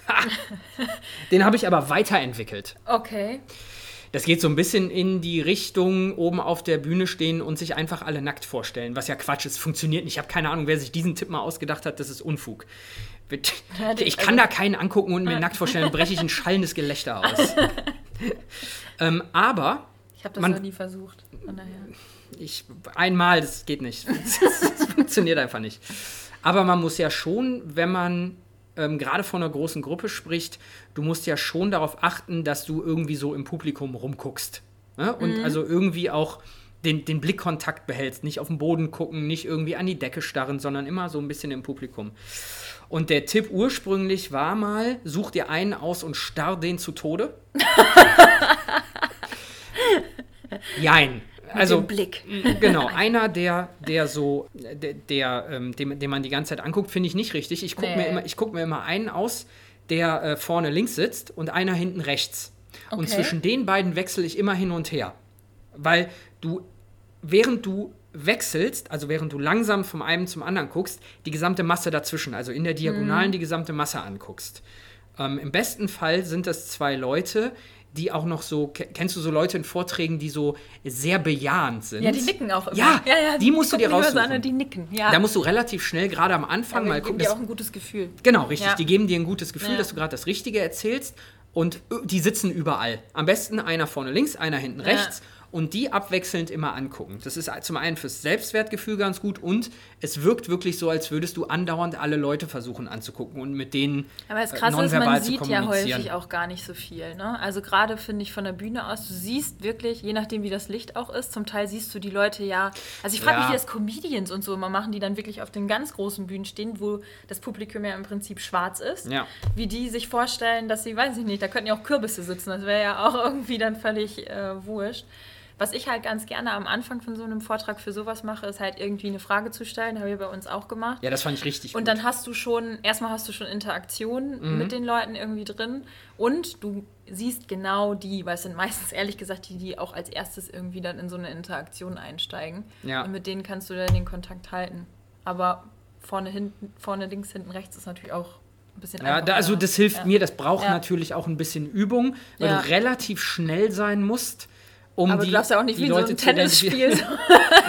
Den habe ich aber weiterentwickelt. Okay. Das geht so ein bisschen in die Richtung, oben auf der Bühne stehen und sich einfach alle nackt vorstellen, was ja Quatsch ist, funktioniert nicht. Ich habe keine Ahnung, wer sich diesen Tipp mal ausgedacht hat, das ist Unfug. Ich kann da keinen angucken und mir nackt vorstellen, dann breche ich ein schallendes Gelächter aus. Aber... Ich habe das noch nie versucht. Von daher. Einmal, das geht nicht. Das funktioniert einfach nicht. Aber man muss ja schon, wenn man gerade von einer großen Gruppe spricht, du musst ja schon darauf achten, dass du irgendwie so im Publikum rumguckst. Ne? Und also irgendwie auch den Blickkontakt behältst. Nicht auf den Boden gucken, nicht irgendwie an die Decke starren, sondern immer so ein bisschen im Publikum. Und der Tipp ursprünglich war mal, such dir einen aus und starr den zu Tode. Jein. Also, mit dem Blick. Genau, einer, dem man die ganze Zeit anguckt, finde ich nicht richtig. Ich guck mir immer einen aus, der vorne links sitzt und einer hinten rechts. Okay. Und zwischen den beiden wechsle ich immer hin und her. Weil während du wechselst, also während du langsam vom einen zum anderen guckst, die gesamte Masse dazwischen, also in der Diagonalen die gesamte Masse anguckst. Im besten Fall sind das zwei Leute, die auch noch so, kennst du so Leute in Vorträgen, die so sehr bejahend sind? Ja, die nicken auch immer. Ja, die musst du dir raussuchen. Die nicken, ja. Da musst du relativ schnell, gerade am Anfang, mal gucken. Die geben dir auch ein gutes Gefühl. Genau, richtig. Die geben dir ein gutes Gefühl, dass du gerade das Richtige erzählst. Und die sitzen überall. Am besten einer vorne links, einer hinten rechts. Und die abwechselnd immer angucken. Das ist zum einen fürs Selbstwertgefühl ganz gut und es wirkt wirklich so, als würdest du andauernd alle Leute versuchen anzugucken und mit denen aber das Krasse ist, man sieht ja kommunizieren. häufig auch gar nicht so viel. Ne? Also gerade finde ich von der Bühne aus, du siehst wirklich, je nachdem wie das Licht auch ist, zum Teil siehst du die Leute also ich frage mich, wie das Comedians und so immer machen, die dann wirklich auf den ganz großen Bühnen stehen, wo das Publikum ja im Prinzip schwarz ist. Ja. Wie die sich vorstellen, dass sie, weiß ich nicht, da könnten ja auch Kürbisse sitzen, das wäre ja auch irgendwie dann völlig wurscht. Was ich halt ganz gerne am Anfang von so einem Vortrag für sowas mache, ist halt irgendwie eine Frage zu stellen. Haben wir bei uns auch gemacht. Ja, das fand ich richtig gut. Und dann hast du schon Interaktion mit den Leuten irgendwie drin. Und du siehst genau die, weil es sind meistens ehrlich gesagt die auch als erstes irgendwie dann in so eine Interaktion einsteigen. Ja. Und mit denen kannst du dann den Kontakt halten. Aber vorne links, hinten rechts ist natürlich auch ein bisschen einfacher. Also das hilft mir, das braucht natürlich auch ein bisschen Übung, weil du relativ schnell sein musst. Aber du darfst ja auch nicht wie so ein Tennisspiel.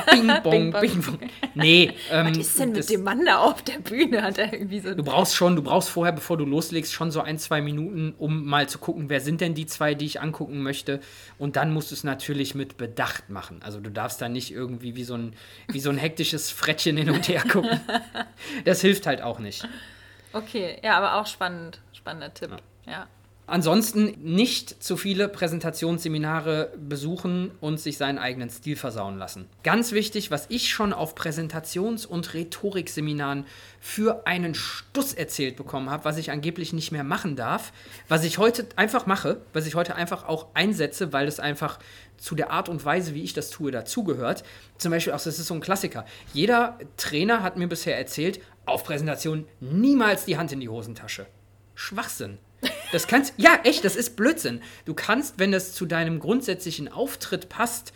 Bing, bong, Bing, bong. bing, bong. Nee. Was ist denn mit dem Mann da auf der Bühne? Hat er irgendwie so... Du brauchst vorher, bevor du loslegst, schon so 1-2 Minuten, um mal zu gucken, wer sind denn die 2, die ich angucken möchte. Und dann musst du es natürlich mit Bedacht machen. Also du darfst da nicht irgendwie wie so ein hektisches Frettchen hin und her gucken. Das hilft halt auch nicht. Okay, ja, aber auch spannend. Spannender Tipp, ja. Ansonsten nicht zu viele Präsentationsseminare besuchen und sich seinen eigenen Stil versauen lassen. Ganz wichtig, was ich schon auf Präsentations- und Rhetorikseminaren für einen Stuss erzählt bekommen habe, was ich angeblich nicht mehr machen darf, was ich heute einfach mache, was ich heute einfach auch einsetze, weil es einfach zu der Art und Weise, wie ich das tue, dazugehört. Zum Beispiel, auch das ist so ein Klassiker. Jeder Trainer hat mir bisher erzählt, auf Präsentation niemals die Hand in die Hosentasche. Schwachsinn. Ja, echt, das ist Blödsinn. Du kannst, wenn das zu deinem grundsätzlichen Auftritt passt,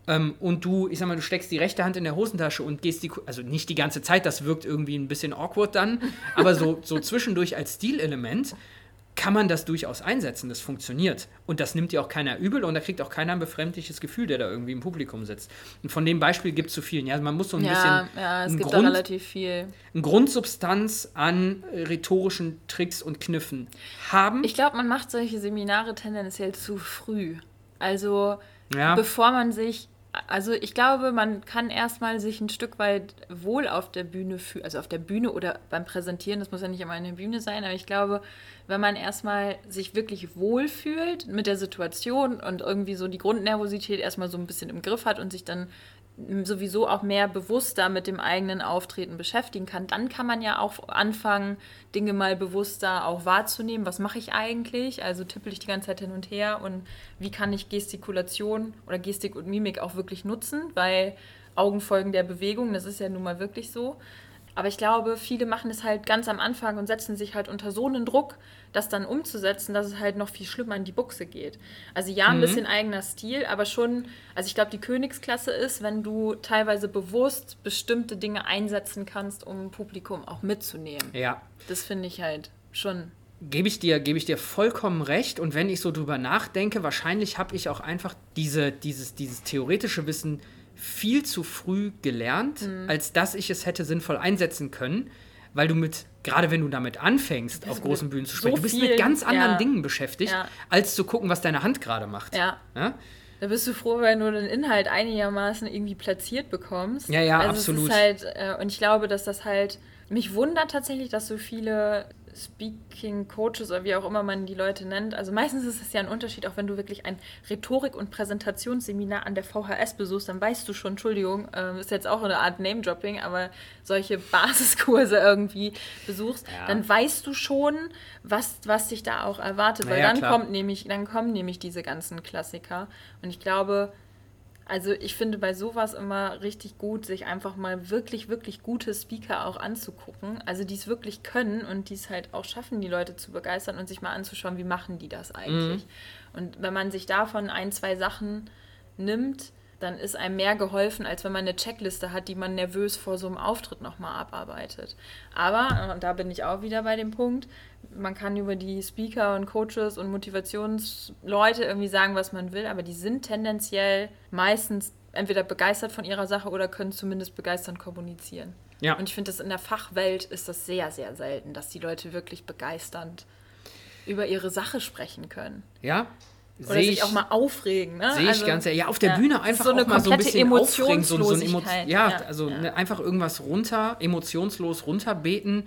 und du steckst die rechte Hand in der Hosentasche und also nicht die ganze Zeit, das wirkt irgendwie ein bisschen awkward dann, aber so zwischendurch als Stilelement kann man das durchaus einsetzen, das funktioniert. Und das nimmt dir auch keiner übel und da kriegt auch keiner ein befremdliches Gefühl, der da irgendwie im Publikum sitzt. Und von dem Beispiel gibt es zu vielen. Ja, also man muss so ein bisschen es gibt da relativ viel. Eine Grundsubstanz an rhetorischen Tricks und Kniffen haben. Ich glaube, man macht solche Seminare tendenziell zu früh. Also bevor man sich... Also ich glaube, man kann erstmal sich ein Stück weit wohl auf der Bühne fühlen, also auf der Bühne oder beim Präsentieren, das muss ja nicht immer eine Bühne sein, aber ich glaube, wenn man erstmal sich wirklich wohl fühlt mit der Situation und irgendwie so die Grundnervosität erstmal so ein bisschen im Griff hat und sich dann sowieso auch mehr bewusster mit dem eigenen Auftreten beschäftigen kann, dann kann man ja auch anfangen, Dinge mal bewusster auch wahrzunehmen. Was mache ich eigentlich? Also tippel ich die ganze Zeit hin und her und wie kann ich Gestikulation oder Gestik und Mimik auch wirklich nutzen? Weil Augen folgen der Bewegung, das ist ja nun mal wirklich so. Aber ich glaube, viele machen es halt ganz am Anfang und setzen sich halt unter so einen Druck, das dann umzusetzen, dass es halt noch viel schlimmer in die Buchse geht. Also ein bisschen eigener Stil, aber schon, also ich glaube, die Königsklasse ist, wenn du teilweise bewusst bestimmte Dinge einsetzen kannst, um Publikum auch mitzunehmen. Ja. Das finde ich halt schon... Gebe ich dir vollkommen recht. Und wenn ich so drüber nachdenke, wahrscheinlich habe ich auch einfach dieses theoretische Wissen viel zu früh gelernt, als dass ich es hätte sinnvoll einsetzen können, weil gerade wenn du damit anfängst, auf großen Bühnen zu sprechen, du bist mit ganz anderen Dingen beschäftigt, als zu gucken, was deine Hand gerade macht. Ja? Da bist du froh, wenn du den Inhalt einigermaßen irgendwie platziert bekommst. Ja, also absolut. Es ist halt, und ich glaube, dass das halt, mich wundert tatsächlich, dass so viele Speaking-Coaches oder wie auch immer man die Leute nennt. Also meistens ist es ja ein Unterschied, auch wenn du wirklich ein Rhetorik- und Präsentationsseminar an der VHS besuchst, dann weißt du schon, Entschuldigung, ist jetzt auch eine Art Name-Dropping, aber solche Basiskurse irgendwie besuchst, dann weißt du schon, was dich da auch erwartet, weil dann kommen nämlich diese ganzen Klassiker. Und ich glaube, also ich finde bei sowas immer richtig gut, sich einfach mal wirklich, wirklich gute Speaker auch anzugucken. Also die es wirklich können und die es halt auch schaffen, die Leute zu begeistern und sich mal anzuschauen, wie machen die das eigentlich. Und wenn man sich davon 1-2 Sachen nimmt, dann ist einem mehr geholfen, als wenn man eine Checkliste hat, die man nervös vor so einem Auftritt nochmal abarbeitet. Aber, und da bin ich auch wieder bei dem Punkt, man kann über die Speaker und Coaches und Motivationsleute irgendwie sagen, was man will, aber die sind tendenziell meistens entweder begeistert von ihrer Sache oder können zumindest begeisternd kommunizieren. Ja. Und ich finde, in der Fachwelt ist das sehr, sehr selten, dass die Leute wirklich begeisternd über ihre Sache sprechen können. Ja. Oder sich auch mal aufregen. Ne? Sehe ich ganz ehrlich. Ja, auf der Bühne einfach so eine auch mal so ein bisschen aufregen. Emotionslosigkeit. Einfach irgendwas emotionslos runterbeten.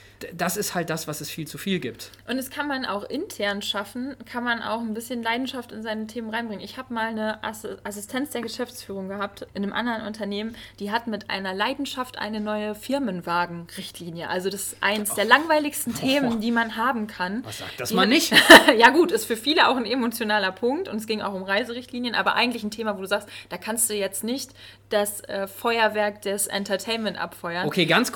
Das ist halt das, was es viel zu viel gibt. Und es kann man auch intern schaffen, kann man auch ein bisschen Leidenschaft in seine Themen reinbringen. Ich habe mal eine Assistenz der Geschäftsführung gehabt in einem anderen Unternehmen, die hat mit einer Leidenschaft eine neue Firmenwagen-Richtlinie. Also das ist eins der langweiligsten Themen, die man haben kann. Was sagt das mal nicht? Ja gut, ist für viele auch ein emotionaler Punkt und es ging auch um Reiserichtlinien, aber eigentlich ein Thema, wo du sagst, da kannst du jetzt nicht das Feuerwerk des Entertainment abfeuern. Okay, ganz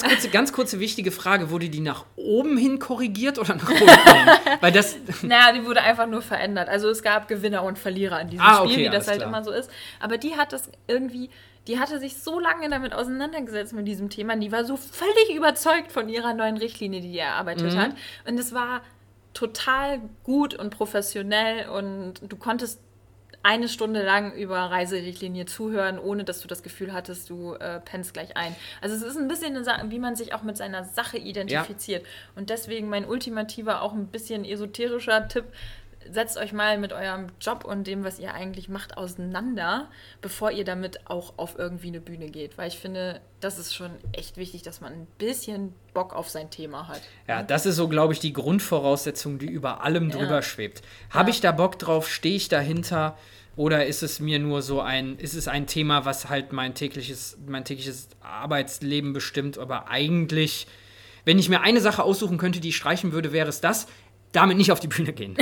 kurze wichtige Frage. Wurde die nach oben hin korrigiert oder nach unten hin? Weil das naja, die wurde einfach nur verändert. Also es gab Gewinner und Verlierer in diesem Spiel, wie das halt immer so ist. Aber die hat das irgendwie, die hatte sich so lange damit auseinandergesetzt mit diesem Thema. Die war so völlig überzeugt von ihrer neuen Richtlinie, die erarbeitet hat. Und es war total gut und professionell und du konntest eine Stunde lang über Reiserichtlinie zuhören, ohne dass du das Gefühl hattest, du pennst gleich ein. Also es ist ein bisschen eine Sache, wie man sich auch mit seiner Sache identifiziert. Ja. Und deswegen mein ultimativer, auch ein bisschen esoterischer Tipp: Setzt euch mal mit eurem Job und dem, was ihr eigentlich macht, auseinander, bevor ihr damit auch auf irgendwie eine Bühne geht. Weil ich finde, das ist schon echt wichtig, dass man ein bisschen Bock auf sein Thema hat. Ja, das ist so, glaube ich, die Grundvoraussetzung, die über allem drüber schwebt. Habe ich da Bock drauf? Stehe ich dahinter? Oder ist es mir nur so ein Thema, was halt mein tägliches Arbeitsleben bestimmt? Aber eigentlich, wenn ich mir eine Sache aussuchen könnte, die ich streichen würde, wäre es das: damit nicht auf die Bühne gehen.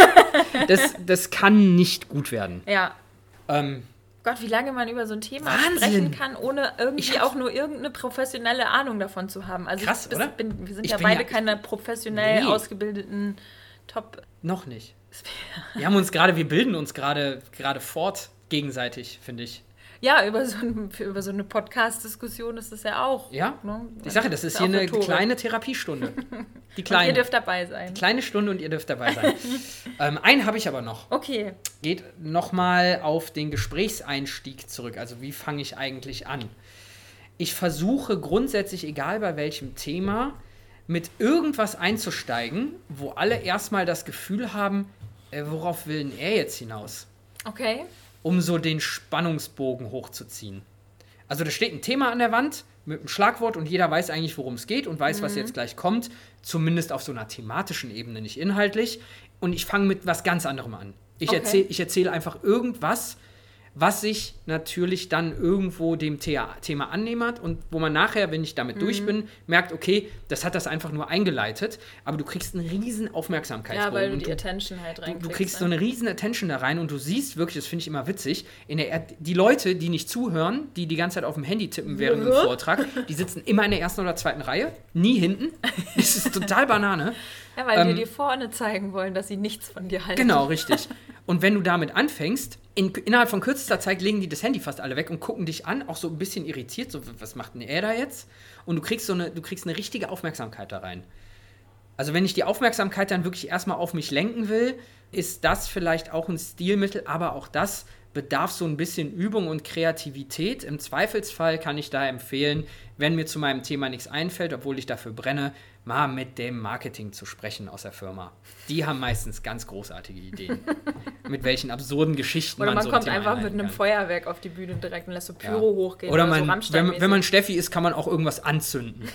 Das kann nicht gut werden. Ja. Gott, wie lange man über so ein Thema sprechen kann, ohne irgendwie auch nur irgendeine professionelle Ahnung davon zu haben. Also krass, oder? Wir sind ja beide keine professionell ausgebildeten Top... Noch nicht. Wir bilden uns gerade fort gegenseitig, finde ich. Ja, über so eine Podcast-Diskussion ist das ja auch. Ja, ne? Ich sage, das ist hier eine kleine Therapiestunde. Die kleine. Und ihr dürft dabei sein. Kleine Stunde und ihr dürft dabei sein. Einen habe ich aber noch. Okay. Geht nochmal auf den Gesprächseinstieg zurück. Also wie fange ich eigentlich an? Ich versuche grundsätzlich, egal bei welchem Thema, mit irgendwas einzusteigen, wo alle erstmal das Gefühl haben, worauf will denn er jetzt hinaus? Okay. Um so den Spannungsbogen hochzuziehen. Also da steht ein Thema an der Wand mit einem Schlagwort und jeder weiß eigentlich, worum es geht und weiß, was jetzt gleich kommt. Zumindest auf so einer thematischen Ebene, nicht inhaltlich. Und ich fange mit was ganz anderem an. Ich erzähle einfach irgendwas, was sich natürlich dann irgendwo dem Thema annähert und wo man nachher, wenn ich damit durch bin, merkt, okay, das hat das einfach nur eingeleitet, aber du kriegst einen riesen Aufmerksamkeitsbogen. Ja, weil du die Attention halt reinkriegst. Du kriegst so eine riesen Attention da rein und du siehst wirklich, das finde ich immer witzig, die Leute, die nicht zuhören, die ganze Zeit auf dem Handy tippen während dem Vortrag, die sitzen immer in der ersten oder zweiten Reihe, nie hinten. Das ist total Banane. Ja, weil wir dir vorne zeigen wollen, dass sie nichts von dir halten. Genau, richtig. Und wenn du damit anfängst, innerhalb von kürzester Zeit legen die das Handy fast alle weg und gucken dich an, auch so ein bisschen irritiert, so, was macht denn er da jetzt? Und du kriegst eine richtige Aufmerksamkeit da rein. Also wenn ich die Aufmerksamkeit dann wirklich erstmal auf mich lenken will, ist das vielleicht auch ein Stilmittel, aber auch das bedarf so ein bisschen Übung und Kreativität. Im Zweifelsfall kann ich da empfehlen, wenn mir zu meinem Thema nichts einfällt, obwohl ich dafür brenne, mal mit dem Marketing zu sprechen aus der Firma. Die haben meistens ganz großartige Ideen. Mit welchen absurden Geschichten man so ein Thema kommt einfach mit einem Feuerwerk auf die Bühne direkt und lässt so Pyro hochgehen. Oder so wenn man Steffi ist, kann man auch irgendwas anzünden.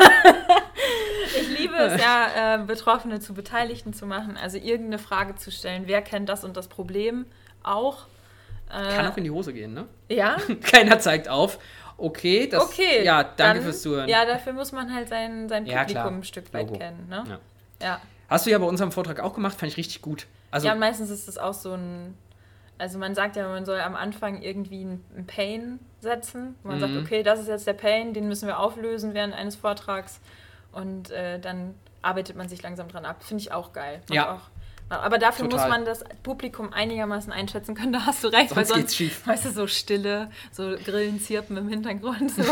Ich liebe es ja, Betroffene zu Beteiligten zu machen, also irgendeine Frage zu stellen. Wer kennt das und das Problem auch? Kann auch in die Hose gehen, ne? Ja. Keiner zeigt auf. Okay, ja, danke fürs Zuhören. Ja, dafür muss man halt sein Publikum ein Stück weit kennen. Ne? Ja. Hast du ja bei unserem Vortrag auch gemacht, fand ich richtig gut. Also, ja, und meistens ist das auch so also man sagt ja, man soll am Anfang irgendwie einen Pain setzen. Man sagt, okay, das ist jetzt der Pain, den müssen wir auflösen während eines Vortrags. Und dann arbeitet man sich langsam dran ab. Finde ich auch geil. Aber dafür muss man das Publikum einigermaßen einschätzen können, da hast du recht. Sonst geht's schief. Weißt du, so Stille, so Grillen zirpen im Hintergrund. So.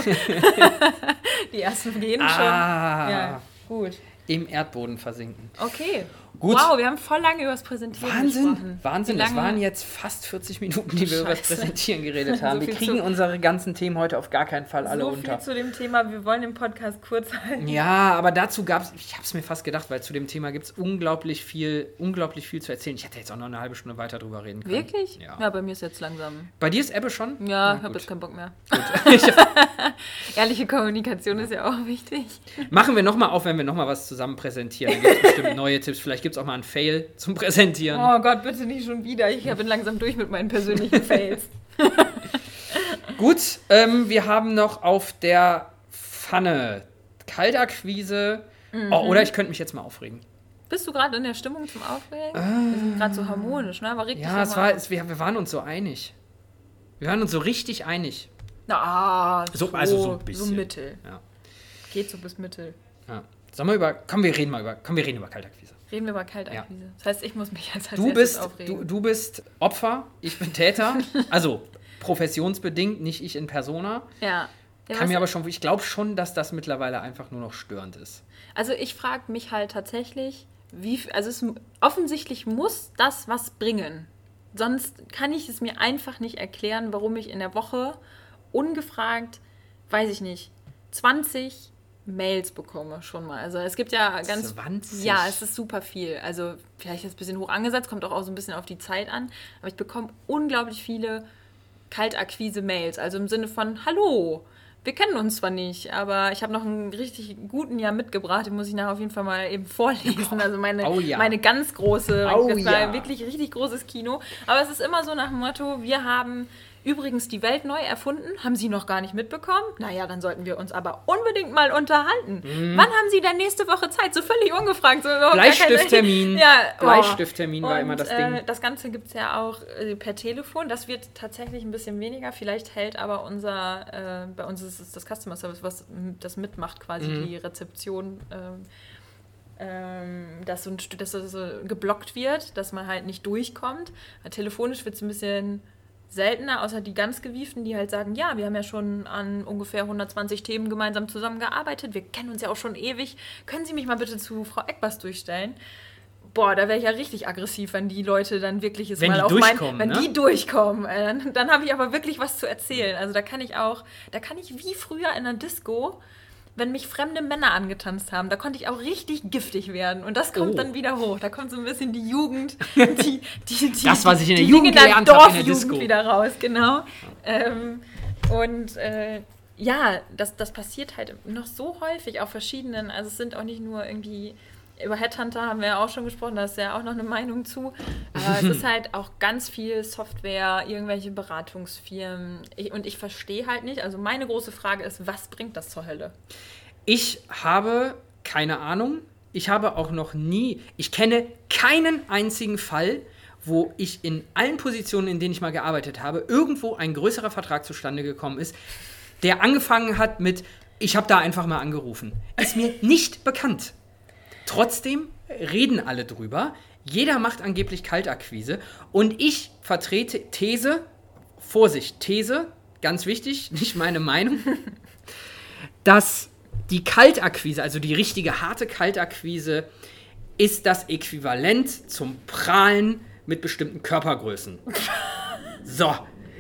Die ersten gehen schon. Ja, gut. Im Erdboden versinken. Okay. Gut. Wow, wir haben voll lange über das Präsentieren gesprochen. Wahnsinn, das waren jetzt fast 40 Minuten, die wir über das Präsentieren geredet haben. Wir kriegen unsere ganzen Themen heute auf gar keinen Fall alle unter. So viel zu dem Thema, wir wollen den Podcast kurz halten. Ja, aber dazu ich habe es mir fast gedacht, weil zu dem Thema gibt es unglaublich viel zu erzählen. Ich hätte jetzt auch noch eine halbe Stunde weiter drüber reden können. Wirklich? Ja, bei mir ist jetzt langsam. Bei dir ist Ebbe schon? Ja, ich habe jetzt keinen Bock mehr. Ehrliche Kommunikation ist ja auch wichtig. Machen wir nochmal auf, wenn wir nochmal was zusammen präsentieren. Dann gibt es bestimmt neue Tipps. Vielleicht gibt es auch mal einen Fail zum Präsentieren. Oh Gott, bitte nicht schon wieder. Ich bin langsam durch mit meinen persönlichen Fails. Gut, wir haben noch auf der Pfanne Kaltakquise. Oder ich könnte mich jetzt mal aufregen. Bist du gerade in der Stimmung zum Aufregen? Wir sind gerade so harmonisch, ne? Aber richtig. Ja, wir waren uns so einig. Wir waren uns so richtig einig. So ein bisschen. So mittel. Ja. Geht so bis mittel. Ja. Komm, wir reden über Kaltakquise. Reden wir über Kaltakquise. Ja. Das heißt, ich muss mich jetzt aufregen. Du bist Opfer, ich bin Täter. Also professionsbedingt, nicht ich in Persona. Ja. Ich glaube schon, dass das mittlerweile einfach nur noch störend ist. Also ich frage mich halt tatsächlich, offensichtlich muss das was bringen. sonst kann ich es mir einfach nicht erklären, warum ich in der Woche ungefragt, weiß ich nicht, 20 Mails bekomme schon mal. Also es gibt ja ganz... 20? Ja, es ist super viel. Also vielleicht ist es ein bisschen hoch angesetzt, kommt auch so ein bisschen auf die Zeit an. Aber ich bekomme unglaublich viele Kaltakquise-Mails. Also im Sinne von, hallo, wir kennen uns zwar nicht, aber ich habe noch einen richtig guten hier mitgebracht, den muss ich nachher auf jeden Fall mal eben vorlesen. Also meine ganz große, das war wirklich richtig großes Kino. Aber es ist immer so nach dem Motto, wir haben übrigens die Welt neu erfunden, haben Sie noch gar nicht mitbekommen? Naja, dann sollten wir uns aber unbedingt mal unterhalten. Wann haben Sie denn nächste Woche Zeit? So völlig ungefragt. So Bleistifttermin. Ja, Bleistifttermin war immer das Ding. Das Ganze gibt es ja auch per Telefon. Das wird tatsächlich ein bisschen weniger. Vielleicht hält aber bei uns ist es das Customer Service, was das mitmacht, quasi die Rezeption, dass so geblockt wird, dass man halt nicht durchkommt. Telefonisch wird es ein bisschen seltener, außer die ganz Gewieften, die halt sagen, ja, wir haben ja schon an ungefähr 120 Themen gemeinsam zusammengearbeitet, wir kennen uns ja auch schon ewig, können Sie mich mal bitte zu Frau Eckbass durchstellen? Boah, da wäre ich ja richtig aggressiv, wenn die Leute dann wirklich die durchkommen, dann habe ich aber wirklich was zu erzählen. Also da kann ich wie früher in einer Disco, wenn mich fremde Männer angetanzt haben, da konnte ich auch richtig giftig werden. Und das kommt dann wieder hoch. Da kommt so ein bisschen die Jugend, das, was ich in der Jugend gelernt habe, in der Disco. Wieder raus, genau. Das passiert halt noch so häufig auf verschiedenen, also es sind auch nicht nur irgendwie, über Headhunter haben wir ja auch schon gesprochen, da ist ja auch noch eine Meinung zu, aber es ist halt auch ganz viel Software, irgendwelche Beratungsfirmen und ich verstehe halt nicht, also meine große Frage ist, was bringt das zur Hölle? Ich habe keine Ahnung, ich kenne keinen einzigen Fall, wo ich in allen Positionen, in denen ich mal gearbeitet habe, irgendwo ein größerer Vertrag zustande gekommen ist, der angefangen hat mit, ich habe da einfach mal angerufen. Ist mir nicht bekannt. Trotzdem reden alle drüber. Jeder macht angeblich Kaltakquise. Und ich vertrete These, ganz wichtig, nicht meine Meinung, dass die Kaltakquise, also die richtige harte Kaltakquise, ist das Äquivalent zum Prahlen mit bestimmten Körpergrößen. So.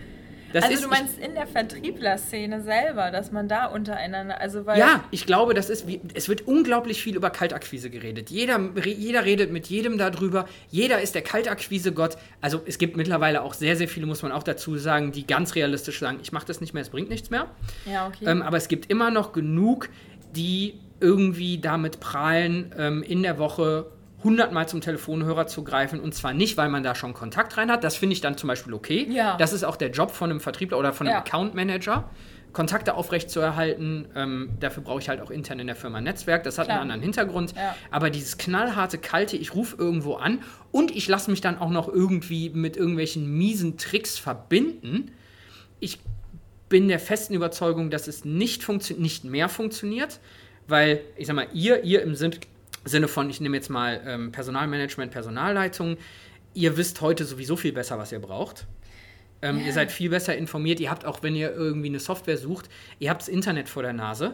Du meinst in der Vertrieblerszene selber, dass man da untereinander, ja, ich glaube, es wird unglaublich viel über Kaltakquise geredet. Jeder redet mit jedem darüber. Jeder ist der Kaltakquise-Gott. Also es gibt mittlerweile auch sehr, sehr viele, muss man auch dazu sagen, die ganz realistisch sagen, ich mache das nicht mehr, es bringt nichts mehr. Ja, okay. Aber es gibt immer noch genug, die irgendwie damit prahlen, in der Woche 100 Mal zum Telefonhörer zu greifen, und zwar nicht, weil man da schon Kontakt rein hat. Das finde ich dann zum Beispiel okay. Ja. Das ist auch der Job von einem Vertriebler oder von einem Account Manager, Kontakte aufrechtzuerhalten. Dafür brauche ich halt auch intern in der Firma ein Netzwerk. Das hat einen anderen Hintergrund. Ja. Aber dieses knallharte, kalte, ich rufe irgendwo an und ich lasse mich dann auch noch irgendwie mit irgendwelchen miesen Tricks verbinden. Ich bin der festen Überzeugung, dass es nicht mehr funktioniert, weil, ich sag mal, ihr im Sinne von, ich nehme jetzt mal Personalmanagement, Personalleitung, ihr wisst heute sowieso viel besser, was ihr braucht. Ihr seid viel besser informiert. Ihr habt auch, wenn ihr irgendwie eine Software sucht, ihr habt das Internet vor der Nase.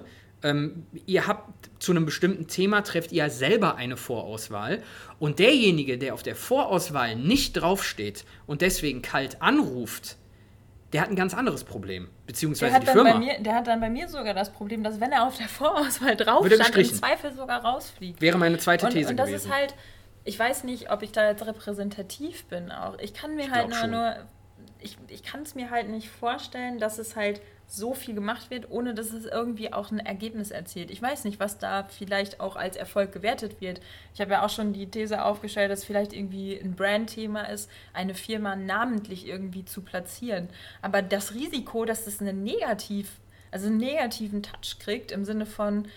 Ihr habt zu einem bestimmten Thema, trefft ihr selber eine Vorauswahl. Und derjenige, der auf der Vorauswahl nicht draufsteht und deswegen kalt anruft, der hat ein ganz anderes Problem, beziehungsweise die Firma. Der hat dann bei mir sogar das Problem, dass wenn er auf der Vorauswahl drauf stand, im Zweifel sogar rausfliegt. Wäre meine zweite These und das gewesen. Ist halt, ich weiß nicht, ob ich da jetzt repräsentativ bin auch. Ich kann mir halt ich kann es mir halt nicht vorstellen, dass es halt so viel gemacht wird, ohne dass es irgendwie auch ein Ergebnis erzielt. Ich weiß nicht, was da vielleicht auch als Erfolg gewertet wird. Ich habe ja auch schon die These aufgestellt, dass vielleicht irgendwie ein Brandthema ist, eine Firma namentlich irgendwie zu platzieren. Aber das Risiko, dass es einen negativen Touch kriegt, im Sinne von,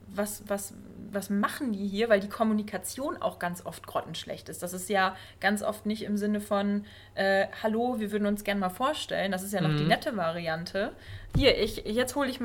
was machen die hier? Weil die Kommunikation auch ganz oft grottenschlecht ist. Das ist ja ganz oft nicht im Sinne von hallo, wir würden uns gerne mal vorstellen. Das ist ja noch die nette Variante. Hier, ich hole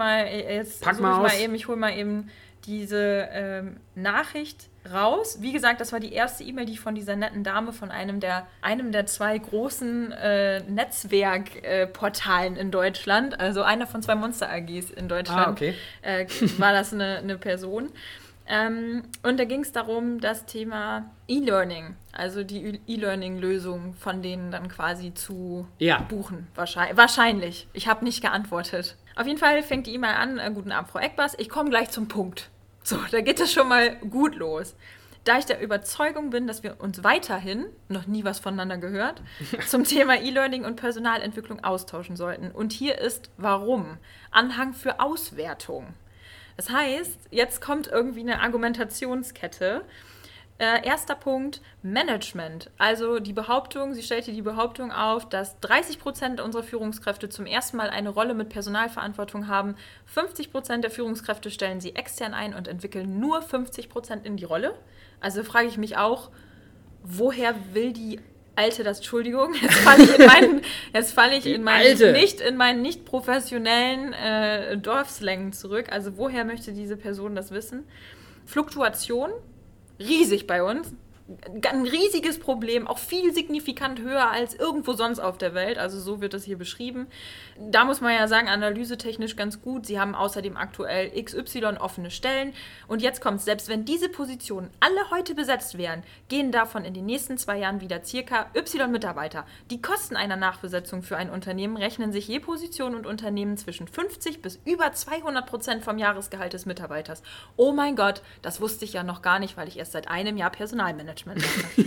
mal eben diese Nachricht raus. Wie gesagt, das war die erste E-Mail, die ich von dieser netten Dame von einem der zwei großen Netzwerkportalen in Deutschland, also einer von 2 Monster-AGs in Deutschland, war das eine Person. Und da ging es darum, das Thema E-Learning, also die E-Learning-Lösung von denen dann quasi zu buchen. Wahrscheinlich. Ich habe nicht geantwortet. Auf jeden Fall fängt die E-Mail an, guten Abend, Frau Eckbars, ich komme gleich zum Punkt. So, da geht es schon mal gut los. Da ich der Überzeugung bin, dass wir uns weiterhin, noch nie was voneinander gehört, zum Thema E-Learning und Personalentwicklung austauschen sollten. Und hier ist warum. Anhang für Auswertung. Das heißt, jetzt kommt irgendwie eine Argumentationskette. Erster Punkt, Management. Also die Behauptung, sie stellte die Behauptung auf, dass 30% unserer Führungskräfte zum ersten Mal eine Rolle mit Personalverantwortung haben. 50% der Führungskräfte stellen sie extern ein und entwickeln nur 50% in die Rolle. Also frage ich mich auch, woher will die Alte das, Entschuldigung, jetzt falle ich in meinen nicht professionellen Dorfslang zurück. Also woher möchte diese Person das wissen? Fluktuation, riesig bei uns. Ein riesiges Problem, auch viel signifikant höher als irgendwo sonst auf der Welt. Also so wird das hier beschrieben. Da muss man ja sagen, analysetechnisch ganz gut. Sie haben außerdem aktuell XY offene Stellen. Und jetzt kommt es, selbst wenn diese Positionen alle heute besetzt wären, gehen davon in den nächsten 2 Jahren wieder circa Y Mitarbeiter. Die Kosten einer Nachbesetzung für ein Unternehmen rechnen sich je Position und Unternehmen zwischen 50 bis über 200% vom Jahresgehalt des Mitarbeiters. Oh mein Gott, das wusste ich ja noch gar nicht, weil ich erst seit einem Jahr Personalmanagement mache.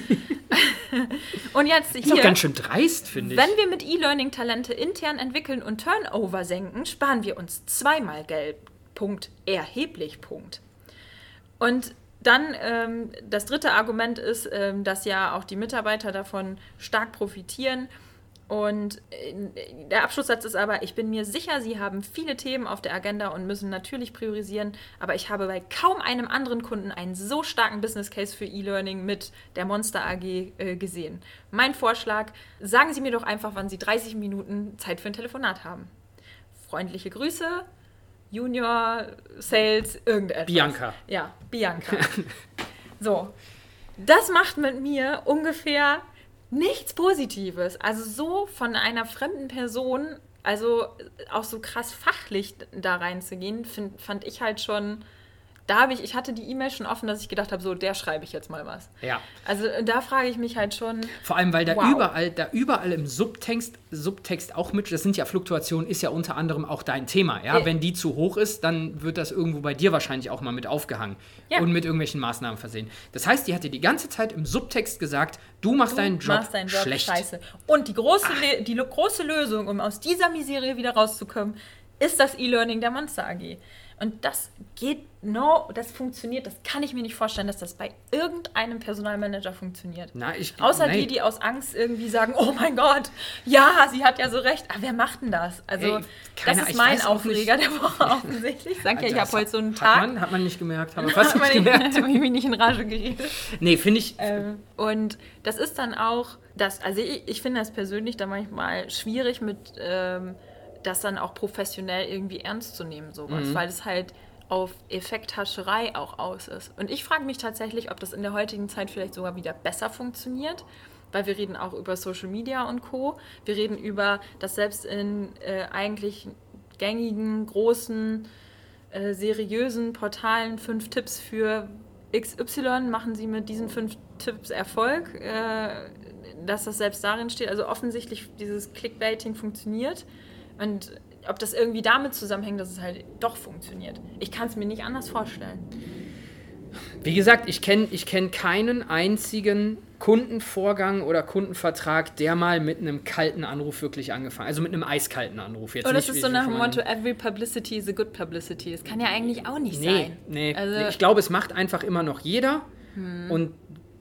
Und jetzt ist hier, doch ganz schön dreist, finde ich. Wenn wir mit E-Learning-Talente intern entwickeln und Turnover senken, sparen wir uns 2-mal Geld. Punkt. Erheblich. Punkt. Und dann das dritte Argument ist, dass ja auch die Mitarbeiter davon stark profitieren. Und der Abschlusssatz ist aber, ich bin mir sicher, Sie haben viele Themen auf der Agenda und müssen natürlich priorisieren, aber ich habe bei kaum einem anderen Kunden einen so starken Business Case für E-Learning mit der Monster AG gesehen. Mein Vorschlag, sagen Sie mir doch einfach, wann Sie 30 Minuten Zeit für ein Telefonat haben. Freundliche Grüße, Junior, Sales, irgendetwas. Bianca. Ja, Bianca. So, das macht mit mir ungefähr nichts Positives. Also so von einer fremden Person, also auch so krass fachlich da reinzugehen, fand ich halt schon, ich hatte die E-Mail schon offen, dass ich gedacht habe, so, der schreibe ich jetzt mal was. Ja. Also da frage ich mich halt schon. Vor allem, weil da überall im Subtext auch mit, das sind ja Fluktuationen, ist ja unter anderem auch dein Thema. Ja? Wenn die zu hoch ist, dann wird das irgendwo bei dir wahrscheinlich auch mal mit aufgehangen und mit irgendwelchen Maßnahmen versehen. Das heißt, die hat dir die ganze Zeit im Subtext gesagt, du machst deinen Job schlecht. Scheiße. Und die große Lösung, um aus dieser Miserie wieder rauszukommen, ist das E-Learning der Monster AG. Und das das funktioniert, das kann ich mir nicht vorstellen, dass das bei irgendeinem Personalmanager funktioniert. Außer die aus Angst irgendwie sagen, oh mein Gott, ja, sie hat ja so recht. Aber wer macht denn das? Also, das ist mein Aufreger der Woche offensichtlich. Ich sage ja, ich habe heute so einen Tag. Hat man nicht gemerkt, habe fast nicht gemerkt. Habe ich mich nicht in Rage geredet. Nee, finde ich. Und das ist dann auch, ich finde das persönlich dann manchmal schwierig mit das dann auch professionell irgendwie ernst zu nehmen, sowas, weil es halt auf Effekthascherei auch aus ist. Und ich frage mich tatsächlich, ob das in der heutigen Zeit vielleicht sogar wieder besser funktioniert, weil wir reden auch über Social Media und Co. Wir reden über, dass selbst in eigentlich gängigen, großen, seriösen Portalen 5 Tipps für XY machen Sie mit diesen 5 Tipps Erfolg, dass das selbst darin steht. Also offensichtlich dieses Clickbaiting funktioniert. Und ob das irgendwie damit zusammenhängt, dass es halt doch funktioniert. Ich kann es mir nicht anders vorstellen. Wie gesagt, ich kenn keinen einzigen Kundenvorgang oder Kundenvertrag, der mal mit einem kalten Anruf wirklich angefangen hat. Also mit einem eiskalten Anruf. Jetzt oder das ist so nach dem Motto, every publicity is a good publicity. Das kann ja eigentlich auch nicht sein. Nee. Also ich glaube, es macht einfach immer noch jeder. Und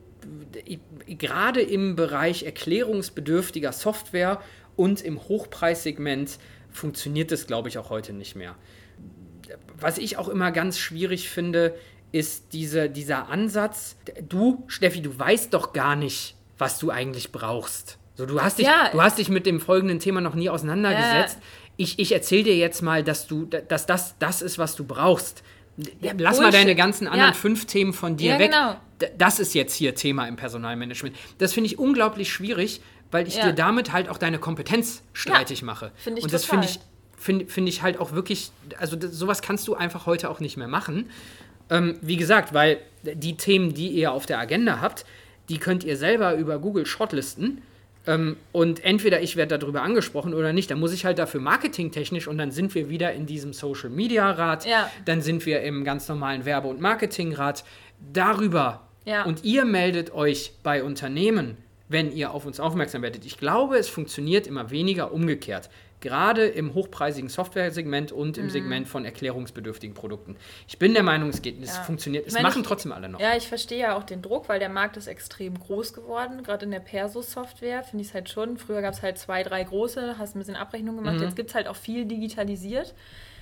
gerade im Bereich erklärungsbedürftiger Software und im Hochpreissegment funktioniert das, glaube ich, auch heute nicht mehr. Was ich auch immer ganz schwierig finde, ist dieser Ansatz, Steffi, du weißt doch gar nicht, was du eigentlich brauchst. So, du hast dich mit dem folgenden Thema noch nie auseinandergesetzt. Ich erzähle dir jetzt mal, dass das ist, was du brauchst. Lass mal deine ganzen anderen 5 Themen von dir weg. Genau. Das ist jetzt hier Thema im Personalmanagement. Das finde ich unglaublich schwierig, weil ich dir damit halt auch deine Kompetenz streitig mache. Und das finde ich halt auch wirklich, also sowas kannst du einfach heute auch nicht mehr machen. Wie gesagt, weil die Themen, die ihr auf der Agenda habt, die könnt ihr selber über Google shortlisten. Und entweder ich werde darüber angesprochen oder nicht. Dann muss ich halt dafür marketingtechnisch und dann sind wir wieder in diesem Social-Media-Rat. Ja. Dann sind wir im ganz normalen Werbe- und Marketing-Rat. Darüber. Ja. Und ihr meldet euch bei Unternehmen, wenn ihr auf uns aufmerksam werdet. Ich glaube, es funktioniert immer weniger umgekehrt. Gerade im hochpreisigen Software-Segment und im Segment von erklärungsbedürftigen Produkten. Ich bin der Meinung, es funktioniert. Es machen trotzdem alle noch. Ja, ich verstehe ja auch den Druck, weil der Markt ist extrem groß geworden. Gerade in der Perso-Software finde ich es halt schon. Früher gab es halt 2, 3 große, hast ein bisschen Abrechnung gemacht. Jetzt gibt es halt auch viel digitalisiert.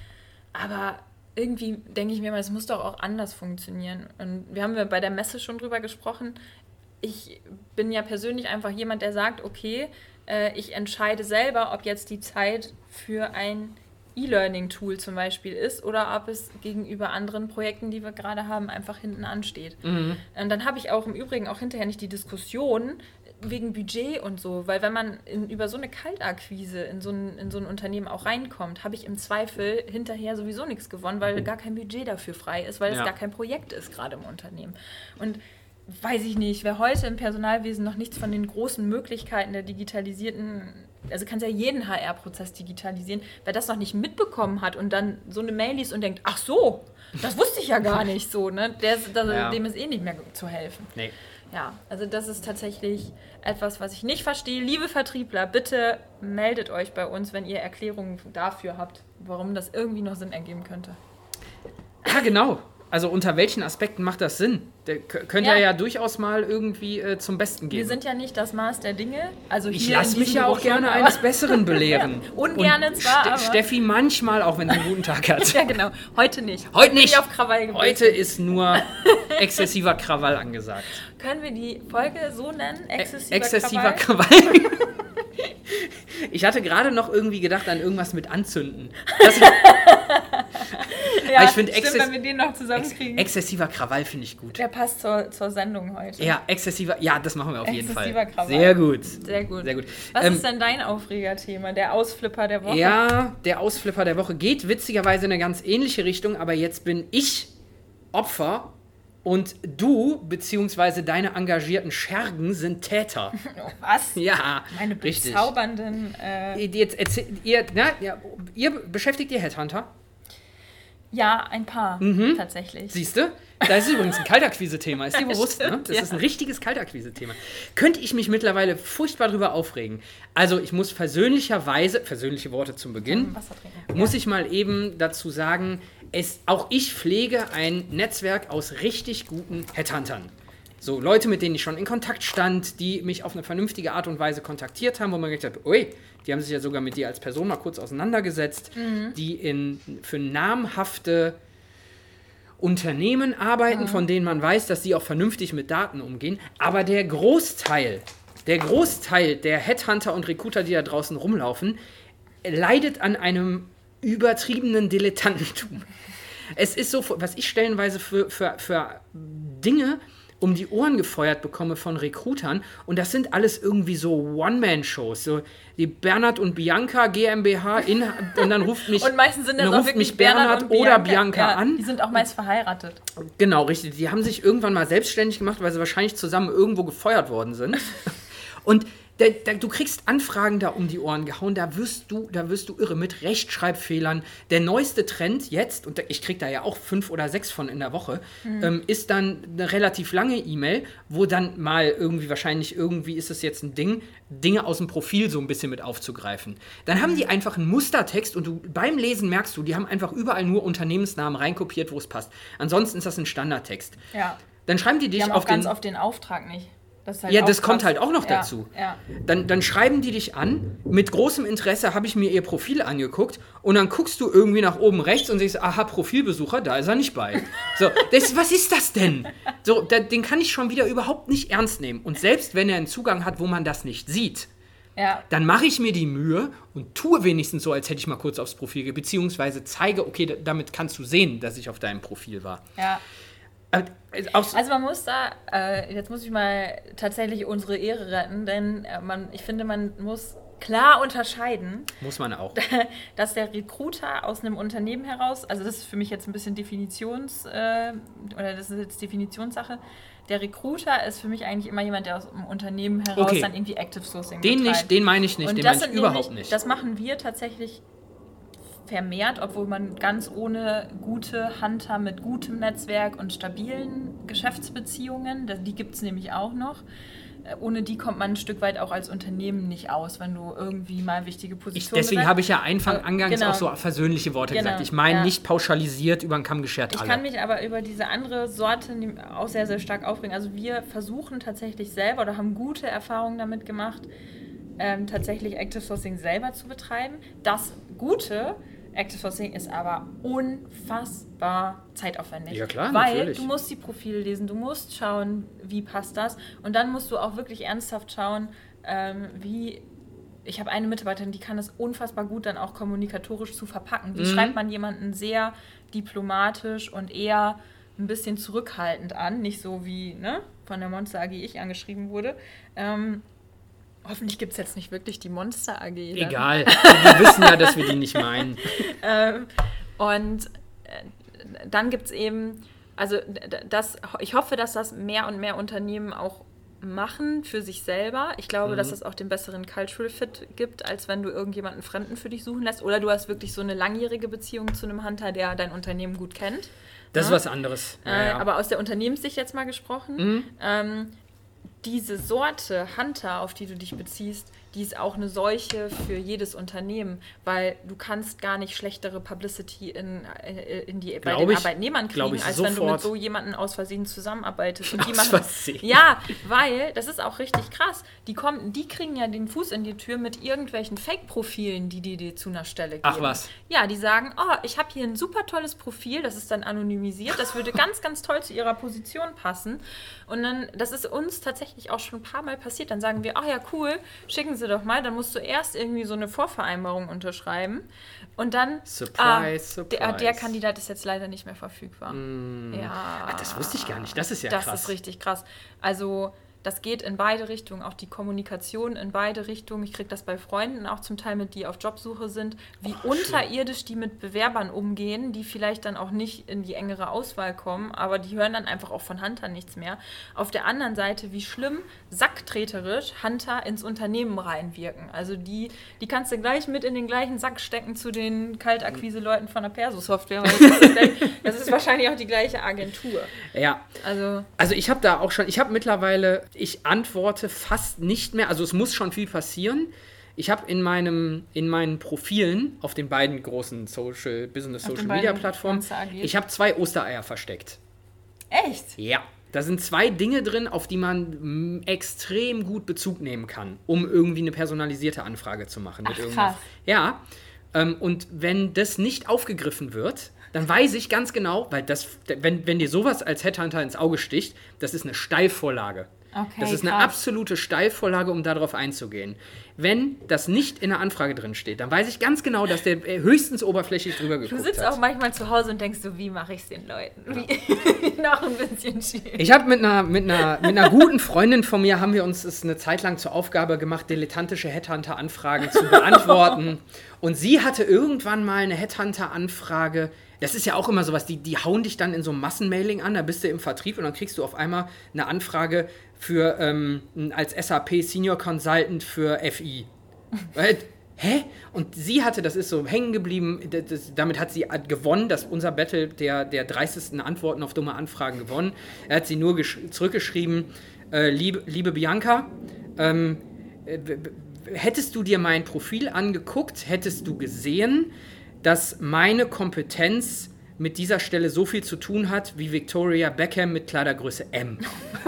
Aber irgendwie denke ich mir mal, es muss doch auch anders funktionieren. Und wir haben bei der Messe schon drüber gesprochen. Ich bin ja persönlich einfach jemand, der sagt, okay, ich entscheide selber, ob jetzt die Zeit für ein E-Learning-Tool zum Beispiel ist oder ob es gegenüber anderen Projekten, die wir gerade haben, einfach hinten ansteht. Und dann habe ich auch im Übrigen auch hinterher nicht die Diskussion wegen Budget und so, weil wenn man über so eine Kaltakquise in so ein Unternehmen auch reinkommt, habe ich im Zweifel hinterher sowieso nichts gewonnen, weil gar kein Budget dafür frei ist, weil es gar kein Projekt ist gerade im Unternehmen. Und weiß ich nicht, wer heute im Personalwesen noch nichts von den großen Möglichkeiten der digitalisierten, also kannst ja jeden HR-Prozess digitalisieren, wer das noch nicht mitbekommen hat und dann so eine Mail liest und denkt, ach so, das wusste ich ja gar nicht so, ne? Dem ist eh nicht mehr zu helfen. Nee. Ja, also das ist tatsächlich etwas, was ich nicht verstehe. Liebe Vertriebler, bitte meldet euch bei uns, wenn ihr Erklärungen dafür habt, warum das irgendwie noch Sinn ergeben könnte. Ja, genau. Also unter welchen Aspekten macht das Sinn? Könnt ihr ja durchaus mal irgendwie zum Besten geben. Wir sind ja nicht das Maß der Dinge. Also ich lasse mich ja auch gerne eines Besseren belehren. Ja, ungerne zwar, aber... Steffi manchmal, auch wenn sie einen guten Tag hat. Ja, genau. Heute nicht. Heute nicht. Auf Krawall gebeten. Heute ist nur exzessiver Krawall angesagt. Können wir die Folge so nennen? Exzessiver Krawall. Ich hatte gerade noch irgendwie gedacht an irgendwas mit Anzünden. Ja, ich finde wenn wir den noch zusammenkriegen. Exzessiver Krawall finde ich gut. Der passt zur Sendung heute. Ja, das machen wir auf jeden Fall. Exzessiver Krawall. Sehr gut. Sehr gut. Sehr gut. Was ist denn dein Aufregerthema? Der Ausflipper der Woche? Ja, der Ausflipper der Woche geht witzigerweise in eine ganz ähnliche Richtung, aber jetzt bin ich Opfer und du bzieher deine engagierten Schergen sind Täter. Oh, was? Ja, meine bezaubernden... Jetzt ihr beschäftigt ihr Headhunter? Ja, ein paar, tatsächlich. Siehst du? Das ist übrigens ein Kaltakquise-Thema. Ist dir bewusst, ne? Das ist ein richtiges Kaltakquise-Thema. Könnte ich mich mittlerweile furchtbar drüber aufregen. Also ich muss versöhnliche Worte zum Beginn, muss ich mal eben dazu sagen, auch ich pflege ein Netzwerk aus richtig guten Headhuntern. So Leute, mit denen ich schon in Kontakt stand, die mich auf eine vernünftige Art und Weise kontaktiert haben, wo man gedacht hat, ui, die haben sich ja sogar mit dir als Person mal kurz auseinandergesetzt, die für namhafte Unternehmen arbeiten, von denen man weiß, dass sie auch vernünftig mit Daten umgehen. Aber der Großteil der Headhunter und Recruiter, die da draußen rumlaufen, leidet an einem übertriebenen Dilettantentum. Es ist so, was ich stellenweise für Dinge um die Ohren gefeuert bekomme von Recruitern. Und das sind alles irgendwie so One-Man-Shows. So die Bernhard und Bianca GmbH und dann ruft mich, und meistens sind das auch wirklich Bernhard oder Bianca an. Die sind auch meist verheiratet. Genau, richtig. Die haben sich irgendwann mal selbstständig gemacht, weil sie wahrscheinlich zusammen irgendwo gefeuert worden sind. Und du kriegst Anfragen da um die Ohren gehauen, da wirst du irre mit Rechtschreibfehlern. Der neueste Trend jetzt, und ich krieg da ja auch 5 oder 6 von in der Woche, ist dann eine relativ lange E-Mail, wo dann mal irgendwie ist es jetzt ein Ding, Dinge aus dem Profil so ein bisschen mit aufzugreifen. Dann haben die einfach einen Mustertext und du beim Lesen merkst du, die haben einfach überall nur Unternehmensnamen reinkopiert, wo es passt. Ansonsten ist das ein Standardtext. Ja. Dann schreiben die dich haben auch ganz oft den Auftrag nicht. Das kommt halt auch noch dazu. Ja. Dann schreiben die dich an, mit großem Interesse habe ich mir ihr Profil angeguckt und dann guckst du irgendwie nach oben rechts und siehst, aha, Profilbesucher, da ist er nicht bei. So, was ist das denn? So, den kann ich schon wieder überhaupt nicht ernst nehmen. Und selbst wenn er einen Zugang hat, wo man das nicht sieht, dann mache ich mir die Mühe und tue wenigstens so, als hätte ich mal kurz aufs Profil geguckt, beziehungsweise zeige, okay, damit kannst du sehen, dass ich auf deinem Profil war. Ja. Also man muss jetzt muss ich mal tatsächlich unsere Ehre retten, denn ich finde, man muss klar unterscheiden. Muss man auch. Dass der Recruiter aus einem Unternehmen heraus, also das ist für mich jetzt ein bisschen das ist jetzt Definitionssache. Der Recruiter ist für mich eigentlich immer jemand, der aus dem Unternehmen heraus dann irgendwie Active Sourcing betreibt. Den meine ich nicht, den meine ich überhaupt nicht. Das machen wir tatsächlich vermehrt, obwohl man ganz ohne gute Hunter mit gutem Netzwerk und stabilen Geschäftsbeziehungen, die gibt es nämlich auch noch, ohne die kommt man ein Stück weit auch als Unternehmen nicht aus, wenn du irgendwie mal wichtige Positionen Deswegen habe ich ja eingangs auch so versöhnliche Worte gesagt. Ich meine nicht pauschalisiert über den Kamm geschert alle. Ich kann mich aber über diese andere Sorte auch sehr, sehr stark aufregen. Also wir versuchen tatsächlich selber oder haben gute Erfahrungen damit gemacht, tatsächlich Active Sourcing selber zu betreiben. Das Gute Active Sourcing ist aber unfassbar zeitaufwendig. Ja klar, weil natürlich. Du musst die Profile lesen, du musst schauen, wie passt das. Und dann musst du auch wirklich ernsthaft schauen, ich habe eine Mitarbeiterin, die kann das unfassbar gut dann auch kommunikatorisch zu verpacken. Wie schreibt man jemanden sehr diplomatisch und eher ein bisschen zurückhaltend an, nicht so wie von der Monster AG ich angeschrieben wurde. Hoffentlich gibt es jetzt nicht wirklich die Monster AG. Egal, wir wissen ja, dass wir die nicht meinen. Dann gibt es eben, also ich hoffe, dass das mehr und mehr Unternehmen auch machen für sich selber. Ich glaube, dass es auch den besseren Cultural Fit gibt, als wenn du irgendjemanden Fremden für dich suchen lässt. Oder du hast wirklich so eine langjährige Beziehung zu einem Hunter, der dein Unternehmen gut kennt. Das ist was anderes. Aber aus der Unternehmenssicht jetzt mal gesprochen, diese Sorte Hunter, auf die du dich beziehst, die ist auch eine Seuche für jedes Unternehmen, weil du kannst gar nicht schlechtere Publicity bei den Arbeitnehmern kriegen, als wenn du mit so jemandem aus Versehen zusammenarbeitest. Und ja, weil, das ist auch richtig krass, die kriegen ja den Fuß in die Tür mit irgendwelchen Fake-Profilen, die dir zu einer Stelle geben. Ach was. Ja, die sagen, ich habe hier ein super tolles Profil, das ist dann anonymisiert, das würde ganz, ganz toll zu ihrer Position passen. Und dann, das ist uns tatsächlich auch schon ein paar Mal passiert, dann sagen wir, ja cool, schicken Sie doch mal, dann musst du erst irgendwie so eine Vorvereinbarung unterschreiben und dann Surprise. Der Kandidat ist jetzt leider nicht mehr verfügbar. Ja. Das wusste ich gar nicht, das ist ja krass. Das ist richtig krass. Also das geht in beide Richtungen, auch die Kommunikation in beide Richtungen. Ich kriege das bei Freunden auch zum Teil mit, die auf Jobsuche sind, wie unterirdisch die mit Bewerbern umgehen, die vielleicht dann auch nicht in die engere Auswahl kommen, aber die hören dann einfach auch von Hunter nichts mehr. Auf der anderen Seite, wie schlimm sacktreterisch Hunter ins Unternehmen reinwirken. Also die kannst du gleich mit in den gleichen Sack stecken zu den Kaltakquise-Leuten von der Perso-Software, weil das ist wahrscheinlich auch die gleiche Agentur. Ja, also ich habe mittlerweile, ich antworte fast nicht mehr, also es muss schon viel passieren. Ich habe in meinen Profilen auf den beiden großen Business-Social-Media-Plattformen, ich habe 2 Ostereier versteckt. Echt? Ja, da sind 2 Dinge drin, auf die man extrem gut Bezug nehmen kann, um irgendwie eine personalisierte Anfrage zu machen. Ach, krass. Ja, und wenn das nicht aufgegriffen wird, dann weiß ich ganz genau, weil wenn dir sowas als Headhunter ins Auge sticht, das ist eine Steilvorlage. Okay, das ist eine absolute Steilvorlage, um darauf einzugehen. Wenn das nicht in der Anfrage drin steht, dann weiß ich ganz genau, dass der höchstens oberflächlich drüber geguckt hat. Du sitzt auch manchmal zu Hause und denkst so, wie mache ich es den Leuten? Noch ein bisschen schief. Ich habe mit einer guten Freundin von mir, haben wir uns es eine Zeit lang zur Aufgabe gemacht, dilettantische Headhunter-Anfragen zu beantworten. Und sie hatte irgendwann mal eine Headhunter-Anfrage. Das ist ja auch immer sowas, die hauen dich dann in so einem Massenmailing an, da bist du im Vertrieb und dann kriegst du auf einmal eine Anfrage für als SAP Senior Consultant für FI. Hä? Und sie hatte, das ist so hängen geblieben, damit hat sie gewonnen, dass unser Battle der dreistesten Antworten auf dumme Anfragen gewonnen. Er hat sie nur zurückgeschrieben, liebe Bianca, hättest du dir mein Profil angeguckt, hättest du gesehen, dass meine Kompetenz mit dieser Stelle so viel zu tun hat, wie Victoria Beckham mit Kleidergröße M.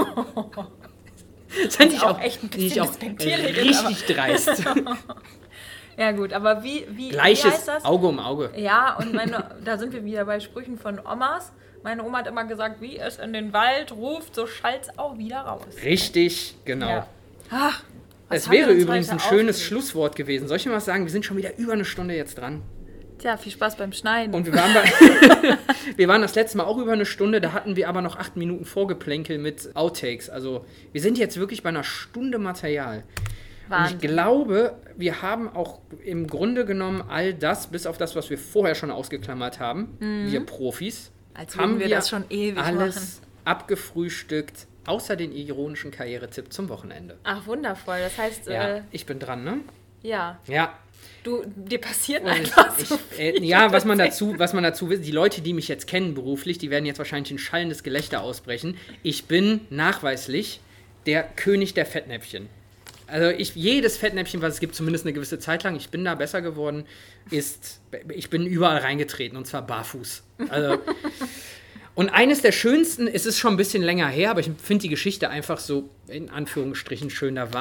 Das fand ich auch echt ein bisschen richtig dreist. Ja gut, aber wie Gleiches heißt das? Auge um Auge. Ja, und da sind wir wieder bei Sprüchen von Omas. Meine Oma hat immer gesagt, wie es in den Wald ruft, so schallt's auch wieder raus. Richtig, genau. Ja. Ach, es wäre übrigens ein schönes Schlusswort gewesen. Soll ich mal was sagen? Wir sind schon wieder über eine Stunde jetzt dran. Tja, viel Spaß beim Schneiden. Und wir waren das letzte Mal auch über eine Stunde, da hatten wir aber noch 8 Minuten Vorgeplänkel mit Outtakes. Also wir sind jetzt wirklich bei einer Stunde Material. Wahnsinn. Und ich glaube, wir haben auch im Grunde genommen all das, bis auf das, was wir vorher schon ausgeklammert haben, wir Profis, Als würden wir das schon ewig alles machen. abgefrühstückt, außer den ironischen Karrieretipp zum Wochenende. Ach, wundervoll. Das heißt, Ja, ich bin dran, ne? ja. Ja. Dir passiert Und einfach so viel. ja, was man dazu wissen, die Leute, die mich jetzt kennen beruflich, die werden jetzt wahrscheinlich ein schallendes Gelächter ausbrechen. Ich bin nachweislich der König der Fettnäpfchen. Also jedes Fettnäpfchen, was es gibt, zumindest eine gewisse Zeit lang, ich bin da besser geworden, ich bin überall reingetreten und zwar barfuß. Also, und eines der schönsten, es ist schon ein bisschen länger her, aber ich finde die Geschichte einfach so in Anführungsstrichen schön. Da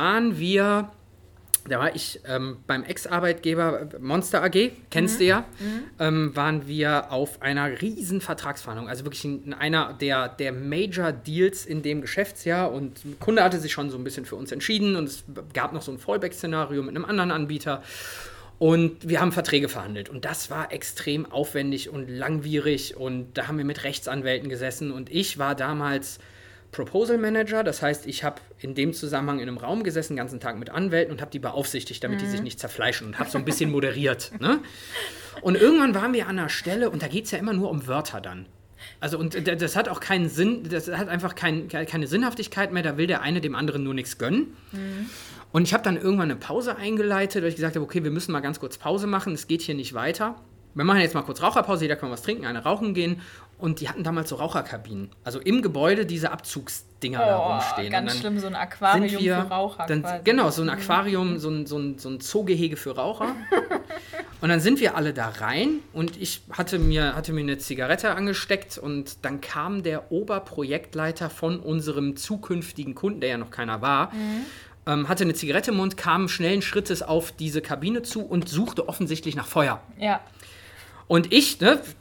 war ich beim Ex-Arbeitgeber Monster AG, kennst du ja, waren wir auf einer riesen Vertragsverhandlung, also wirklich in einer der Major Deals in dem Geschäftsjahr und der Kunde hatte sich schon so ein bisschen für uns entschieden und es gab noch so ein Fallback-Szenario mit einem anderen Anbieter und wir haben Verträge verhandelt und das war extrem aufwendig und langwierig und da haben wir mit Rechtsanwälten gesessen und ich war damals Proposal Manager, das heißt, ich habe in dem Zusammenhang in einem Raum gesessen, den ganzen Tag mit Anwälten und habe die beaufsichtigt, damit die sich nicht zerfleischen und habe so ein bisschen moderiert. Ne? Und irgendwann waren wir an einer Stelle und da geht es ja immer nur um Wörter dann. Also und das hat auch keinen Sinn, das hat einfach keine Sinnhaftigkeit mehr, da will der eine dem anderen nur nichts gönnen. Und ich habe dann irgendwann eine Pause eingeleitet, weil ich gesagt habe, okay, wir müssen mal ganz kurz Pause machen, es geht hier nicht weiter. Wir machen jetzt mal kurz Raucherpause, jeder kann was trinken, eine rauchen gehen. Und die hatten damals so Raucherkabinen. Also im Gebäude diese Abzugsdinger da rumstehen. Ganz schlimm, so ein Aquarium für Raucher quasi. Genau, so ein Aquarium, so ein Zoogehege für Raucher. Und dann sind wir alle da rein und ich hatte mir eine Zigarette angesteckt und dann kam der Oberprojektleiter von unserem zukünftigen Kunden, der ja noch keiner war, hatte eine Zigarette im Mund, kam schnellen Schrittes auf diese Kabine zu und suchte offensichtlich nach Feuer. Ja. Und ich,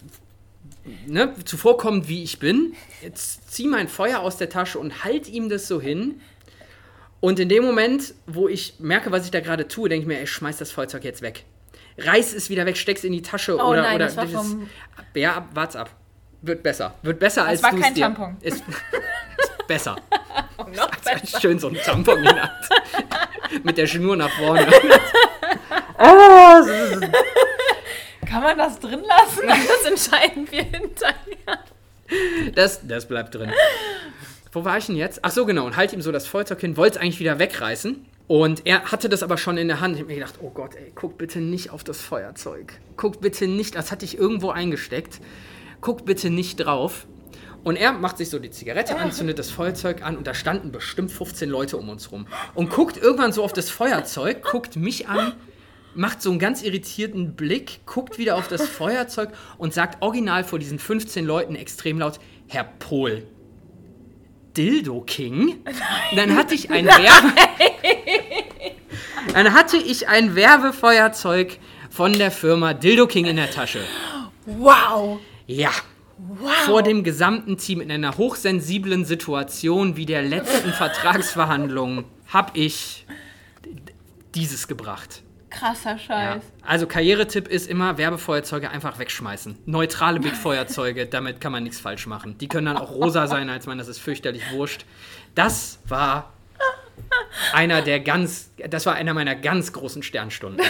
zuvorkommend wie ich bin, jetzt ziehe mein Feuer aus der Tasche und halte ihm das so hin. Und in dem Moment, wo ich merke, was ich da gerade tue, denke ich mir, ey, schmeiß das Feuerzeug jetzt weg. Reiß es wieder weg, steck's in die Tasche. Oh oder, nein, oder das war vom... Ja, wart's ab. Wird besser. Wird besser, als du es dir... war kein Tampon. Ist besser. Noch besser. Schön so ein Tampon in der Hand. Mit der Schnur nach vorne. Oh, kann man das drin lassen? Das entscheiden wir hinterher. Das bleibt drin. Wo war ich denn jetzt? Ach so, genau. Und halt ihm so das Feuerzeug hin, wollte es eigentlich wieder wegreißen. Und er hatte das aber schon in der Hand. Ich habe mir gedacht, oh Gott, ey, guck bitte nicht auf das Feuerzeug. Guck bitte nicht, das hatte ich irgendwo eingesteckt. Guck bitte nicht drauf. Und er macht sich so die Zigarette an, zündet das Feuerzeug an und da standen bestimmt 15 Leute um uns rum. Und guckt irgendwann so auf das Feuerzeug, guckt mich an, macht so einen ganz irritierten Blick, guckt wieder auf das Feuerzeug und sagt original vor diesen 15 Leuten extrem laut, Herr Pohl, Dildo King? Dann hatte ich ein Werbefeuerzeug von der Firma Dildo King in der Tasche. Wow! Ja. Wow. Vor dem gesamten Team in einer hochsensiblen Situation wie der letzten Vertragsverhandlungen habe ich dieses gebracht. Krasser Scheiß. Ja. Also Karrieretipp ist immer, Werbefeuerzeuge einfach wegschmeißen. Neutrale Big-Feuerzeuge, damit kann man nichts falsch machen. Die können dann auch rosa sein, als man, das ist fürchterlich wurscht. Das war einer meiner ganz großen Sternstunden.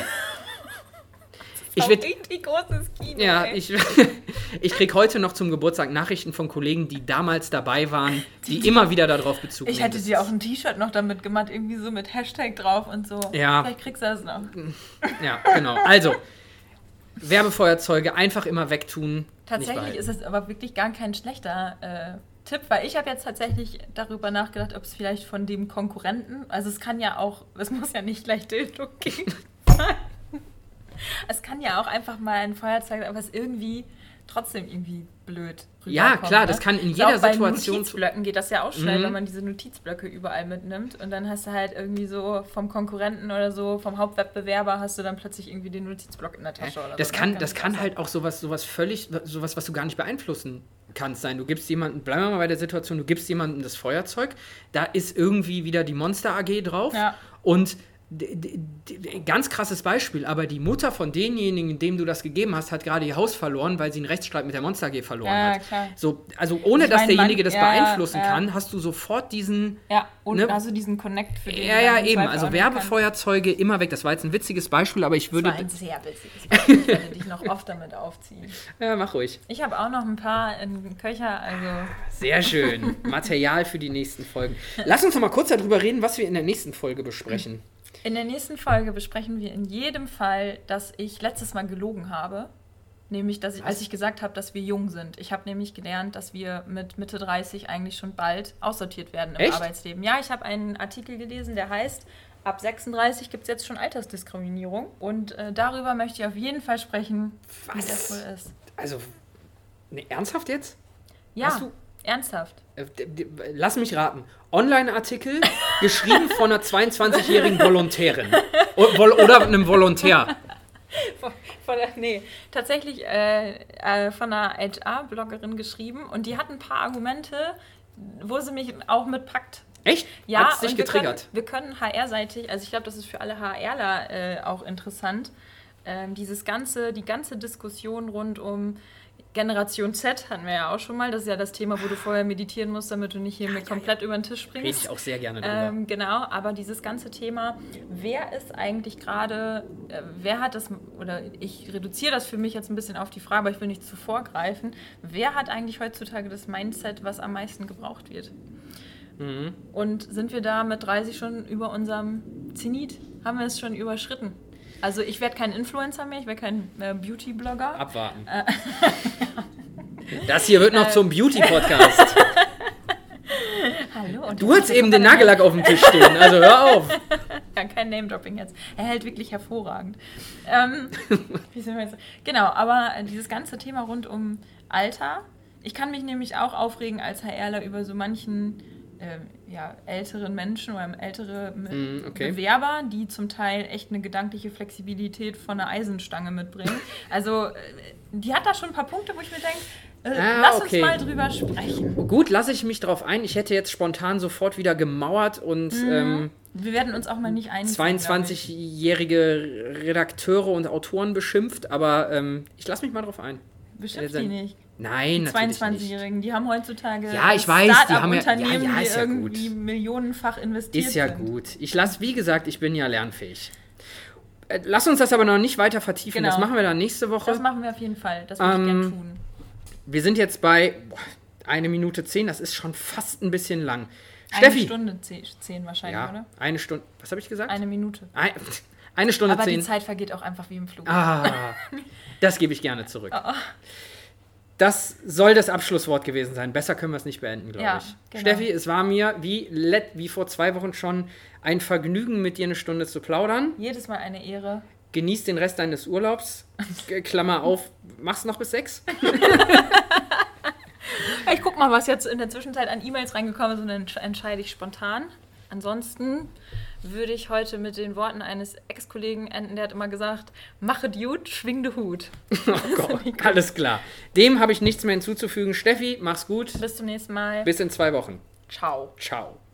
Richtig großes Kino. Ja, ich kriege heute noch zum Geburtstag Nachrichten von Kollegen, die damals dabei waren, die immer wieder darauf Bezug nehmen. Ich hätte dir auch ein T-Shirt noch damit gemacht, irgendwie so mit Hashtag drauf und so. Ja. Vielleicht kriegst du das noch. Ja, genau. Also, Werbefeuerzeuge einfach immer wegtun. Tatsächlich ist es aber wirklich gar kein schlechter Tipp, weil ich habe jetzt tatsächlich darüber nachgedacht, ob es vielleicht von dem Konkurrenten, also es kann ja auch, es muss ja nicht gleich Dildo gehen. Es kann ja auch einfach mal ein Feuerzeug, aber es ist irgendwie trotzdem irgendwie blöd rüberkommt. Ja, klar, das kann in jeder Situation... Bei Notizblöcken geht das ja auch schnell, wenn man diese Notizblöcke überall mitnimmt und dann hast du halt irgendwie so vom Konkurrenten oder so, vom Hauptwettbewerber hast du dann plötzlich irgendwie den Notizblock in der Tasche oder das so. Das kann halt auch sowas was du gar nicht beeinflussen kannst sein. Du gibst jemanden, bleiben wir mal bei der Situation, du gibst jemandem das Feuerzeug, da ist irgendwie wieder die Monster AG drauf und Ganz krasses Beispiel, aber die Mutter von denjenigen, dem du das gegeben hast, hat gerade ihr Haus verloren, weil sie einen Rechtsstreit mit der Monster AG verloren hat. Klar. So, also ohne, dass derjenige das beeinflussen kann, hast du sofort diesen... Ja, und also diesen Connect für den... Ja, eben. Also Werbefeuerzeuge immer weg. Das war jetzt ein witziges Beispiel, aber ich würde... Das war ein sehr witziges Beispiel. Ich werde dich noch oft damit aufziehen. Ja, mach ruhig. Ich habe auch noch ein paar in Köcher, also... Sehr schön. Material für die nächsten Folgen. Lass uns noch mal kurz darüber reden, was wir in der nächsten Folge besprechen. In der nächsten Folge besprechen wir in jedem Fall, dass ich letztes Mal gelogen habe. Nämlich, als ich gesagt habe, dass wir jung sind. Ich habe nämlich gelernt, dass wir mit Mitte 30 eigentlich schon bald aussortiert werden im Arbeitsleben. Ja, ich habe einen Artikel gelesen, der heißt, ab 36 gibt es jetzt schon Altersdiskriminierung. Und darüber möchte ich auf jeden Fall sprechen, wie das wohl ist. Also, ernsthaft jetzt? Ja, ernsthaft. Lass mich raten. Online-Artikel, geschrieben von einer 22-jährigen Volontärin. Oder einem Volontär. Tatsächlich von einer HR-Bloggerin geschrieben. Und die hat ein paar Argumente, wo sie mich auch mitpackt. Echt? Ja, hat es dich getriggert? Wir können HR-seitig, also ich glaube, das ist für alle HRler auch interessant, die ganze Diskussion rund um Generation Z hatten wir ja auch schon mal. Das ist ja das Thema, wo du vorher meditieren musst, damit du nicht hier komplett über den Tisch springst. Rede ich auch sehr gerne drüber. Genau, aber dieses ganze Thema, wer ist eigentlich gerade, wer hat das, oder ich reduziere das für mich jetzt ein bisschen auf die Frage, aber ich will nicht zu vorgreifen, wer hat eigentlich heutzutage das Mindset, was am meisten gebraucht wird? Mhm. Und sind wir da mit 30 schon über unserem Zenit? Haben wir es schon überschritten? Also ich werde kein Influencer mehr, ich werde kein Beauty-Blogger. Abwarten. Das hier wird noch zum Beauty-Podcast. Hallo. Du hast eben den Nagellack auf dem Tisch stehen, also hör auf. Ja, kein Name-Dropping jetzt. Er hält wirklich hervorragend. Genau, aber dieses ganze Thema rund um Alter. Ich kann mich nämlich auch aufregen als HRler über so manchen älteren Menschen oder ältere Bewerber, die zum Teil echt eine gedankliche Flexibilität von einer Eisenstange mitbringen. Also die hat da schon ein paar Punkte, wo ich mir denke, lass uns mal drüber sprechen. Gut, lasse ich mich drauf ein. Ich hätte jetzt spontan sofort wieder gemauert und wir werden uns auch mal nicht einigen. 22-jährige Redakteure und Autoren beschimpft, aber ich lasse mich mal drauf ein. Beschimpft die nicht. Nein, die 22-Jährigen, die haben heutzutage ja, ich weiß, die haben Unternehmen, die ja irgendwie millionenfach investiert sind. Ist ja gut. Wie gesagt, ich bin ja lernfähig. Lass uns das aber noch nicht weiter vertiefen. Genau. Das machen wir dann nächste Woche. Das machen wir auf jeden Fall. Das würde ich gerne tun. Wir sind jetzt bei 1 Minute 10. Das ist schon fast ein bisschen lang. Steffi. 1 Stunde 10 wahrscheinlich, ja, oder? 1 Stunde. Was habe ich gesagt? 1 Minute. 1 Stunde 10. Aber die Zeit vergeht auch einfach wie im Flug. Das gebe ich gerne zurück. Das soll das Abschlusswort gewesen sein. Besser können wir es nicht beenden, glaube ich. Genau. Steffi, es war mir wie vor 2 Wochen schon ein Vergnügen, mit dir eine Stunde zu plaudern. Jedes Mal eine Ehre. Genieß den Rest deines Urlaubs. Klammer auf, mach's noch bis 6. Ich guck mal, was jetzt in der Zwischenzeit an E-Mails reingekommen ist und dann entscheide ich spontan. Ansonsten würde ich heute mit den Worten eines Ex-Kollegen enden, der hat immer gesagt, mache Dude, schwing de Hut. Oh Gott, alles klar. Dem habe ich nichts mehr hinzuzufügen. Steffi, mach's gut. Bis zum nächsten Mal. Bis in 2 Wochen. Ciao. Ciao.